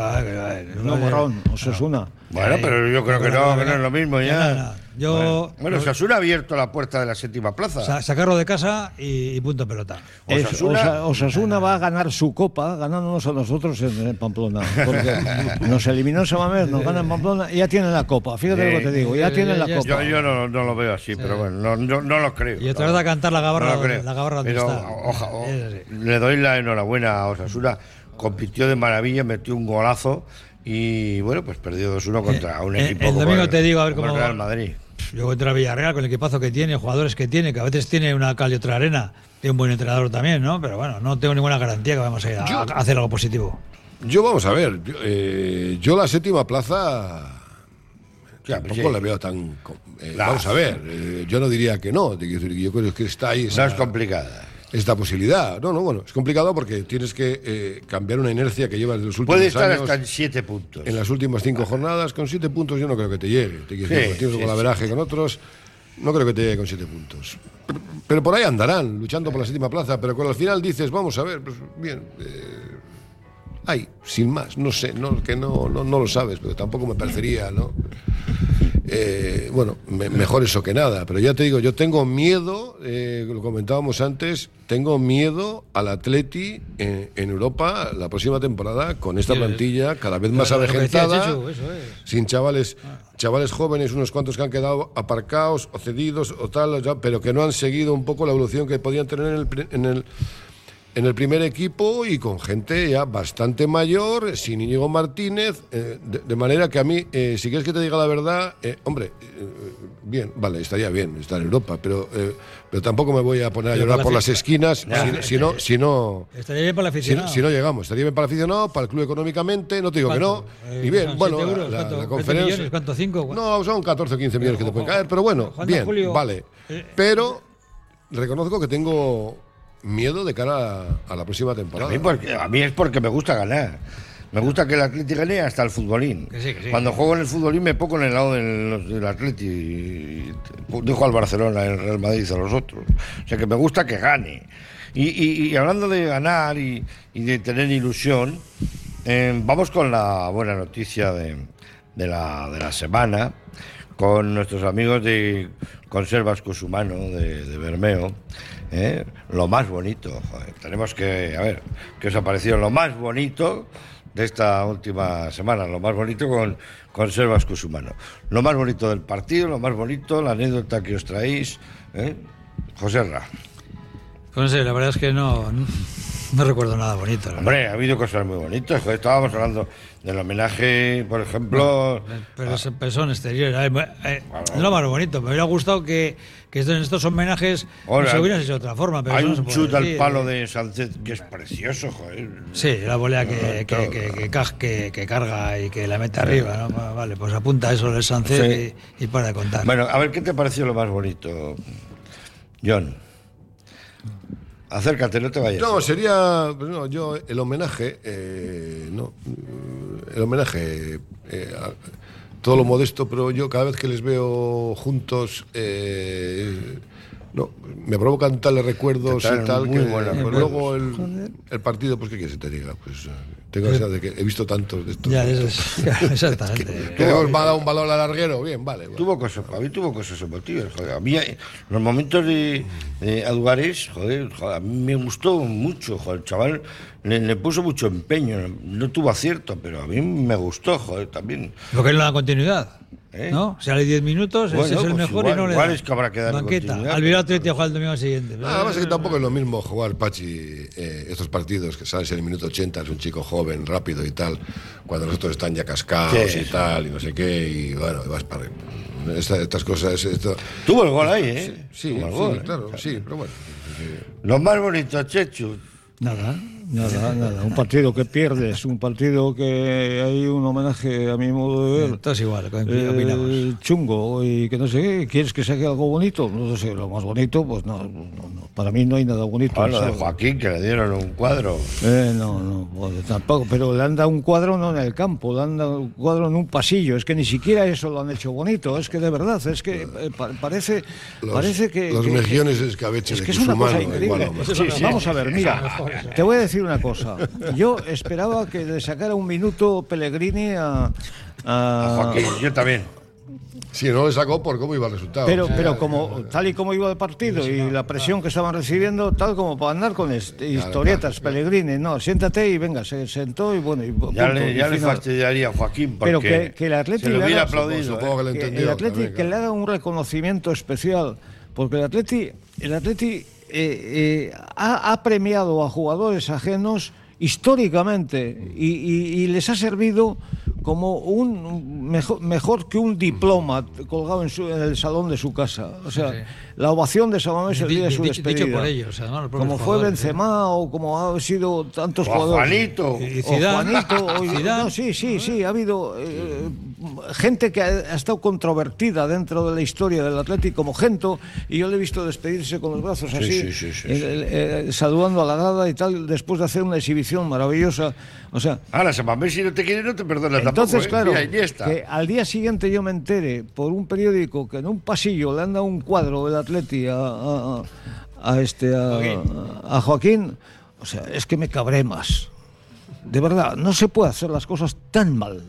Osasuna. Bueno, pero yo creo que no es lo mismo ya. Bueno, Osasuna ha abierto la puerta de la séptima plaza. Sacarlo de casa y punto pelota. Osasuna va a ganar su copa ganándonos a nosotros en Pamplona. Porque nos eliminó Samamés, nos gana en Pamplona y ya tienen la copa. Fíjate lo que te digo, ya tienen la copa. Yo no lo veo así, pero bueno, no lo creo. Y otra vez a cantar la gabarra donde pero está. Le doy la enhorabuena a Osasuna. Compitió de maravilla, metió un golazo y bueno, pues perdió 2-1 contra un equipo el domingo te digo, a ver cómo el Real Madrid. Yo contra Villarreal, con el equipazo que tiene, jugadores que tiene, que a veces tiene una cal y otra arena, y un buen entrenador también, ¿no? Pero bueno, no tengo ninguna garantía que vamos a ir a hacer algo positivo. Yo, vamos a ver, yo la séptima plaza tampoco la veo tan... vamos a ver, yo no diría que no, yo creo que está ahí... No es complicada. Esta posibilidad. Bueno, es complicado porque tienes que cambiar una inercia que llevas de los últimos años. Puede estar hasta en 7 puntos. En las últimas 5 jornadas, con 7 puntos yo no creo que te llegue. Tienes con la veraje con otros, no creo que te llegue con 7 puntos. Pero por ahí andarán, luchando por la séptima plaza, pero cuando al final dices, vamos a ver, pues bien, sin más, no sé, que no lo sabes, pero tampoco me parecería, ¿no? Mejor eso que nada, pero ya te digo, yo tengo miedo, lo comentábamos antes, tengo miedo al Atleti en Europa la próxima temporada con esta plantilla cada vez más avejentada, sin chavales jóvenes, unos cuantos que han quedado aparcados o cedidos o tal, pero que no han seguido un poco la evolución que podían tener en el primer equipo y con gente ya bastante mayor, sin Íñigo Martínez, de manera que a mí, si quieres que te diga la verdad, bien, vale, estaría bien estar en Europa, pero tampoco me voy a poner a llorar por las esquinas si no... Estaría bien para el aficionado. Si no llegamos, estaría bien para el aficionado, para el club económicamente, no te digo que no, y bien, bueno, la conferencia... Millones, ¿cuánto? 5? No, son 14 o 15 millones que te pueden caer, pero bueno, bien, vale. Pero reconozco que tengo... miedo de cara a la próxima temporada. A mí es porque me gusta ganar. Me gusta que el Atleti gane hasta el futbolín. Que sí. Cuando juego en el futbolín me pongo en el lado del Atleti. Dejo al Barcelona, el Real Madrid a los otros. O sea que me gusta que gane. Y hablando de ganar y de tener ilusión, vamos con la buena noticia de la semana, con nuestros amigos de Conservas Cosumano, de Bermeo. Lo más bonito, tenemos que, a ver, ¿qué os ha parecido lo más bonito de esta última semana? Lo más bonito con Conservas Cosumano. Lo más bonito del partido, lo más bonito, la anécdota que os traéis, José Ra. Pues no sé, la verdad es que no recuerdo nada bonito. Hombre, ha habido cosas muy bonitas. Estábamos hablando del homenaje, por ejemplo... Pero son exteriores. Es lo más bonito. Me hubiera gustado que en estos homenajes se hubieran hecho de otra forma. Pero hay un chut al palo de Sánchez que es precioso, joder. Sí, la volea que carga y que la mete arriba, ¿no? Vale, pues apunta eso del Sánchez y para de contar. Bueno, a ver, ¿qué te pareció lo más bonito, John? Acércate, no te vayas. No, sería... yo, el homenaje... todo lo modesto, pero yo cada vez que les veo juntos... me provocan tales recuerdos y tal que... Pues luego el partido, pues ¿qué quieres que te diga? Pues tengo ansiedad de que he visto tantos de estos. Exactamente. ¿Que os va a dar un balón al larguero? Bien, vale. Tuvo cosas emotivas, joder. A mí, los momentos de Aduares, joder, a mí me gustó mucho, joder. El chaval le puso mucho empeño, no tuvo acierto, pero a mí me gustó, joder, también. Lo que es la continuidad. ¿No? Sale 10 minutos, ese es el mejor igual, y no le da. Es que habrá que dar banqueta. Al Bilbao Athletic a jugar el domingo siguiente. Además es que tampoco es lo mismo jugar, Pachi, estos partidos que sales en el minuto 80, es un chico joven. joven, rápido y tal, cuando los otros están ya cascados y tal, y no sé qué, y bueno, vas para estas cosas. Tuvo el gol ahí, ¿eh? Sí, claro, sí, pero bueno. Lo más bonito, Chechu. Nada. Un partido que pierdes, un partido que hay un homenaje a mi modo de ver. Estás igual, opinamos. Chungo y que no sé qué. ¿Quieres que saque algo bonito? No sé, lo más bonito, pues no. Para mí no hay nada bonito. Lo de Joaquín, que le dieron un cuadro. No, tampoco. Pero le han dado un cuadro no en el campo, le han dado un cuadro en un pasillo. Es que ni siquiera eso lo han hecho bonito. Es que de verdad, es que parece que. Los mejillones escabeches es que es una cosa increíble. Vamos a ver, mira, te voy a decir una cosa. Yo esperaba que le sacara un minuto Pellegrini a Joaquín. Yo también. Sí, no le sacó por cómo iba el resultado. Pero como tal y como iba el partido y la presión que estaban recibiendo, tal como para andar con historietas, Pellegrini, no, siéntate y venga, se sentó y bueno. Ya le fastidiaría a Joaquín porque pero que el Atleti se lo hubiera aplaudido. Supongo que lo entendió. El Atleti que le haga un reconocimiento especial, porque el Atleti ha premiado a jugadores ajenos históricamente y les ha servido como un mejor que un diploma colgado en el salón de su casa. O sea, la ovación de San Mamés el día de su despedida. Dicho por ellos, ¿no? Como fue Benzema o como ha sido tantos jugadores. Juanito. Zidane. Sí, ha habido gente que ha estado controvertida dentro de la historia del Atlético como Gento, y yo le he visto despedirse con los brazos así, saludando a la grada y tal, después de hacer una exhibición maravillosa. O sea, ahora San Mamés, si no te quiere, no te perdona tampoco. Entonces, claro, que al día siguiente yo me entere por un periódico que en un pasillo le han dado un cuadro del Atleti a Joaquín, o sea, es que me cabré más. De verdad, no se puede hacer las cosas tan mal.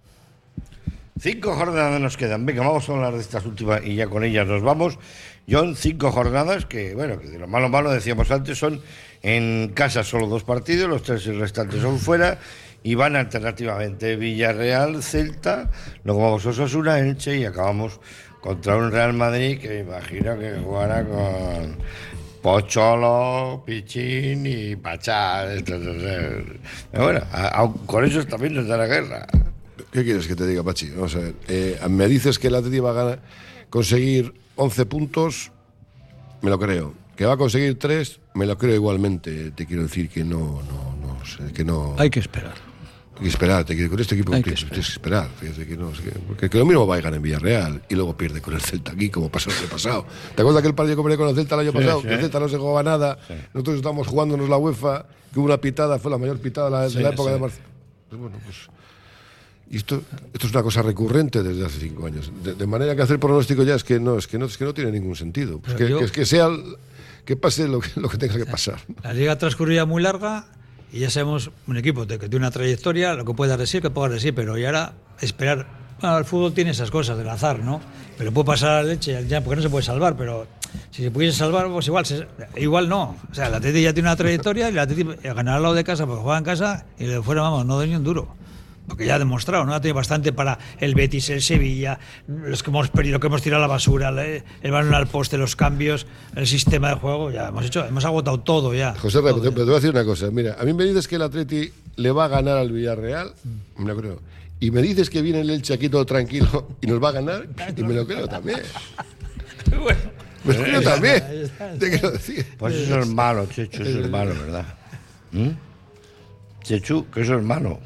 5 jornadas nos quedan. Venga, vamos a hablar de estas últimas y ya con ellas nos vamos. Son 5 jornadas que, bueno, que de lo malo decíamos antes, son en casa solo 2 partidos, los 3 restantes son fuera, y van alternativamente Villarreal, Celta, luego vamos a Osasuna, Elche, y acabamos contra un Real Madrid que me imagino que jugará con Pocholo, Pichín y Pachá. Bueno, con esos también nos da la guerra. ¿Qué quieres que te diga, Pachi? Vamos a ver. Me dices que el Atleti va a conseguir 11 puntos, me lo creo. Que va a conseguir 3, me lo creo igualmente. Te quiero decir que no sé, que no. Hay que esperar. Hay que esperar, con este equipo tienes que esperar. Fíjate que no, porque lo mismo va a ganar en Villarreal y luego pierde con el Celta aquí, como pasó el año pasado. ¿Te acuerdas aquel partido que perdió con el Celta el año pasado? Que el Celta no se jugaba nada. Nosotros estábamos jugándonos la UEFA, que hubo una pitada, fue la mayor pitada de la época de Marcelo. Pues bueno, pues. Y esto es una cosa recurrente desde hace 5 años. De manera que hacer pronóstico ya es que no tiene ningún sentido. Pues que pase lo que tenga que pasar. La liga transcurría muy larga y ya sabemos un equipo que tiene una trayectoria, lo que puede dar de sí, que puede dar de sí, pero ya ahora esperar. Bueno, el fútbol tiene esas cosas del azar, ¿no? Pero puede pasar a la leche, ya, porque no se puede salvar, pero si se pudiese salvar, pues igual no. O sea, el Atleti ya tiene una trayectoria y el Atleti ganará al lado de casa porque juega en casa y de fuera, vamos, no da ni un duro. Porque ya ha demostrado, ¿no? Ha tenido bastante para el Betis, el Sevilla, lo que hemos tirado a la basura, el balón al poste, los cambios, el sistema de juego, ya hemos agotado todo ya. José, pero te voy a decir una cosa. Mira, a mí me dices que el Atleti le va a ganar al Villarreal, me lo creo. Y me dices que viene el Elche aquí todo tranquilo y nos va a ganar, y me lo creo también. Bueno, me lo creo también. Te quiero decir. Pues eso es malo, Chechu, eso es malo, ¿verdad? Chechu, que eso es malo.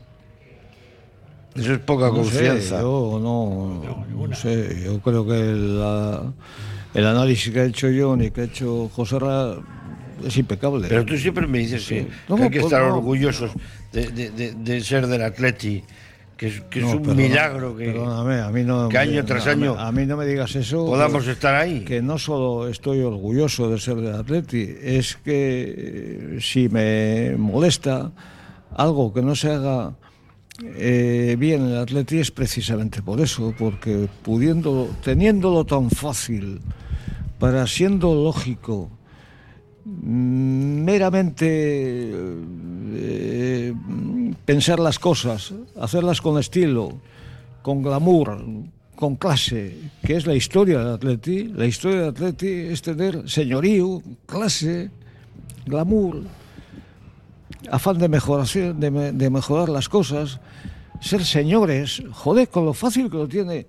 Eso es poca confianza. No sé, yo creo que el análisis que he hecho yo ni que ha hecho José Ra es impecable. Pero tú siempre me dices que hay que estar orgullosos de ser del Atleti, que es un milagro que, perdóname, a mí no, que año tras año a mí no me digas eso, podamos estar ahí. Que no solo estoy orgulloso de ser del Atleti, es que si me molesta algo que no se haga bien el Atleti es precisamente por eso, porque teniéndolo tan fácil, siendo lógico, meramente pensar las cosas, hacerlas con estilo, con glamour, con clase, que es la historia del Atleti. La historia del Atleti es tener señorío, clase, glamour. afán de mejorar las cosas, ser señores, joder, con lo fácil que lo tiene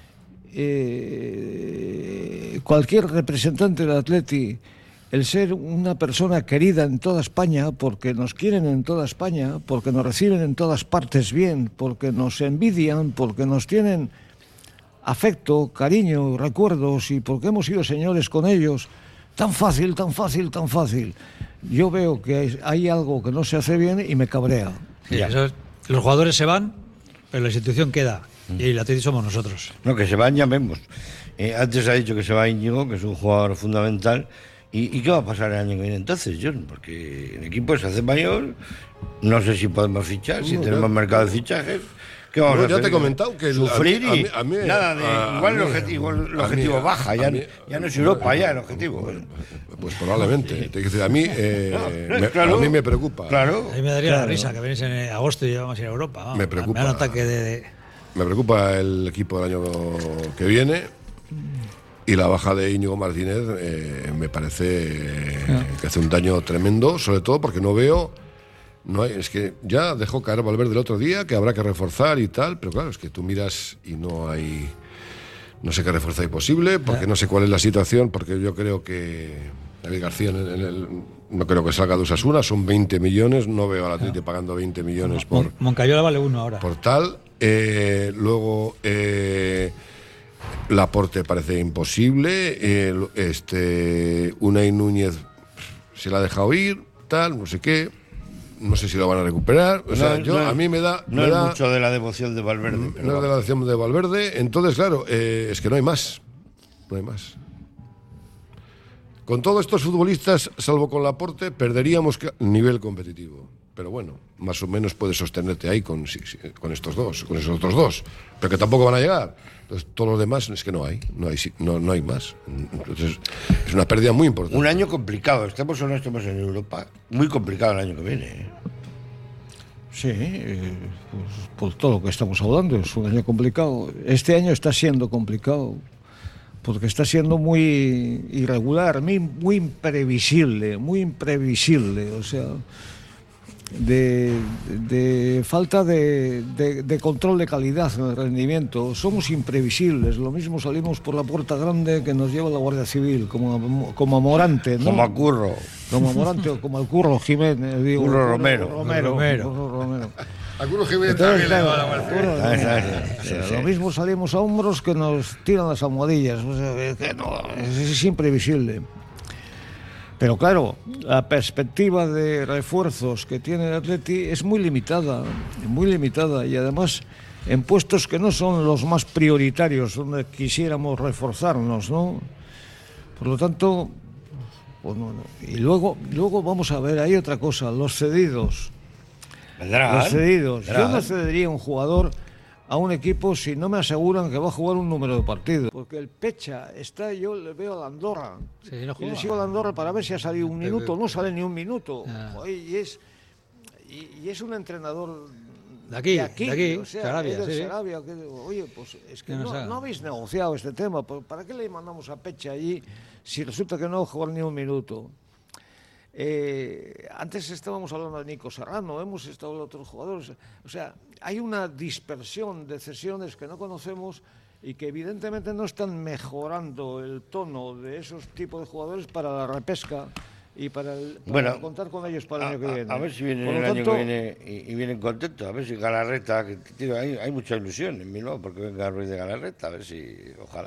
cualquier representante del Atleti, el ser una persona querida en toda España, porque nos quieren en toda España, porque nos reciben en todas partes bien, porque nos envidian, porque nos tienen afecto, cariño, recuerdos y porque hemos sido señores con ellos. Tan fácil, tan fácil, tan fácil. Yo veo que hay algo que no se hace bien y me cabrea. Sí, los jugadores se van, pero la institución queda. Y el Atleti somos nosotros. No, que se van ya vemos. Antes ha dicho que se va Íñigo, que es un jugador fundamental. ¿Y qué va a pasar el año que viene entonces, John? Porque el equipo se hace mayor, no sé si podemos fichar, si tenemos mercado de fichajes. ¿Qué vamos a hacer? Ya te he comentado que sufrir igual el objetivo baja, ya no es Europa ya el objetivo. Pues probablemente. A mí a mí me preocupa. Claro. A mí me daría la risa que venís en agosto y ya vamos a ir a Europa. Vamos. Me preocupa. Me da un ataque Me preocupa el equipo del año que viene. Y la baja de Íñigo Martínez me parece que hace un daño tremendo, sobre todo porque no veo... es que ya dejó caer Valverde el otro día, que habrá que reforzar y tal, pero claro, es que tú miras y no hay... No sé qué refuerzo hay posible, porque no sé cuál es la situación, porque yo creo que David García no creo que salga de Osasuna, son 20 millones, no veo al Atleti pagando 20 millones por... Moncayola vale 1 ahora. Por tal, luego... Laporte parece imposible, Unai Núñez se la ha dejado ir, tal, no sé qué, no sé si lo van a recuperar. A mí me da... No es mucho de la devoción de Valverde. No es de la devoción de Valverde, entonces claro, es que no hay más. No hay más. Con todos estos futbolistas, salvo con Laporte, perderíamos nivel competitivo. Pero bueno, más o menos puedes sostenerte ahí con estos dos, con esos otros dos, pero que tampoco van a llegar. Entonces, todos los demás es que no hay más. Entonces, es una pérdida muy importante. Un año complicado, estamos o no estamos en Europa, muy complicado el año que viene. Sí, por todo lo que estamos hablando, es un año complicado. Este año está siendo complicado, porque está siendo muy irregular, muy imprevisible, o sea... De falta de control de calidad en el rendimiento. Somos imprevisibles. Lo mismo salimos por la puerta grande que nos lleva la Guardia Civil, como a Morante, ¿no? Como a Curro. Como a Morante o como al Curro Jiménez. Curro Romero. A Curro Jiménez también le va la Guardia. Lo mismo salimos a hombros que nos tiran las almohadillas. O sea, que no, es imprevisible. Pero claro, la perspectiva de refuerzos que tiene el Atleti es muy limitada y además en puestos que no son los más prioritarios donde quisiéramos reforzarnos, ¿no? Por lo tanto, pues no. Y luego vamos a ver, hay otra cosa, los cedidos. Los cedidos. Yo no cedería un jugador a un equipo si no me aseguran que va a jugar un número de partidos. Porque el Pecha yo le veo a la Andorra. Sí, no y le sigo a la Andorra para ver si ha salido un minuto. No sale ni un minuto. Joder, y es un entrenador de aquí, o sea, Sarabia, sí. Sarabia, oye, pues es que no habéis negociado este tema. ¿Para qué le mandamos a Pecha allí si resulta que no va a jugar ni un minuto? Antes estábamos hablando de Nico Serrano, hemos estado hablando de otros jugadores. O sea, hay una dispersión de cesiones que no conocemos y que evidentemente no están mejorando el tono de esos tipos de jugadores para la repesca y para contar con ellos para el año que viene. A ver si vienen el año que viene y vienen contentos. A ver si Galarreta, hay mucha ilusión en Bilbao porque venga Ruiz de Galarreta, a ver si,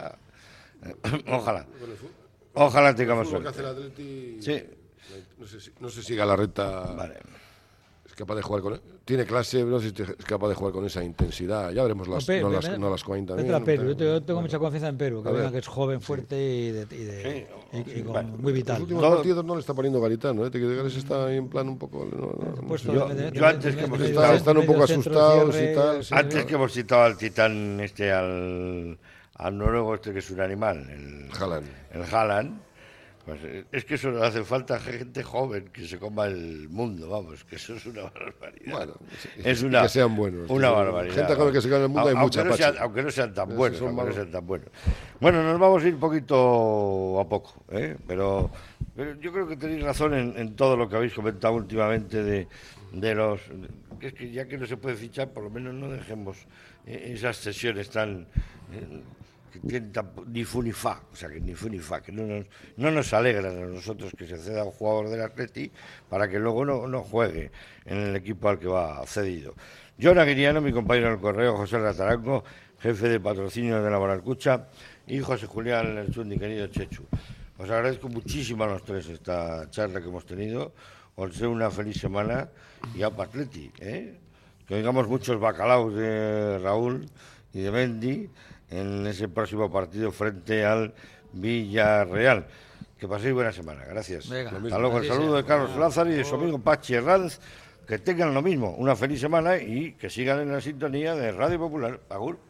ojalá tengamos suerte. Sí. No sé si Galarreta es capaz de jugar con... Tiene clase, no sé si es capaz de jugar con esa intensidad. Ya veremos las 40 también. Perú. Yo tengo mucha confianza en Perú, que es joven, fuerte y muy vital. Los últimos partidos no le está poniendo Garitano, ¿eh? Gales está en plan un poco... Yo antes que hemos citado... Están un poco asustados y tal. Antes que hemos citado al titán al noruego que es un animal, el Haaland. Pues es que eso le hace falta a gente joven que se coma el mundo, vamos, que eso es una barbaridad. Bueno, es una, que sean buenos. Una barbaridad. Gente joven que se coma el mundo hay mucha, no sean, aunque no sean tan buenos, Bueno, nos vamos a ir poquito a poco, pero yo creo que tenéis razón en todo lo que habéis comentado últimamente de los... Es que ya que no se puede fichar, por lo menos no dejemos esas sesiones tan... que tienen ni fu ni fa, o sea, que ni fu ni fa, que no nos alegran a nosotros que se ceda un jugador del Atleti para que luego no juegue en el equipo al que va cedido. John Aguiriano, mi compañero del correo, José Rataranco, jefe de patrocinio de la Bonalcucha, y José Julián Lerchundi, querido Chechu. Os agradezco muchísimo a los tres esta charla que hemos tenido. Os deseo una feliz semana y a Atleti, que oigamos muchos bacalaos de Raúl y de Mendy en ese próximo partido frente al Villarreal. Que paséis buena semana, gracias. Venga, hasta luego, el saludo de Carlos Lázaro y de su amigo Pachi Herranz. Que tengan lo mismo, una feliz semana y que sigan en la sintonía de Radio Popular. Agur.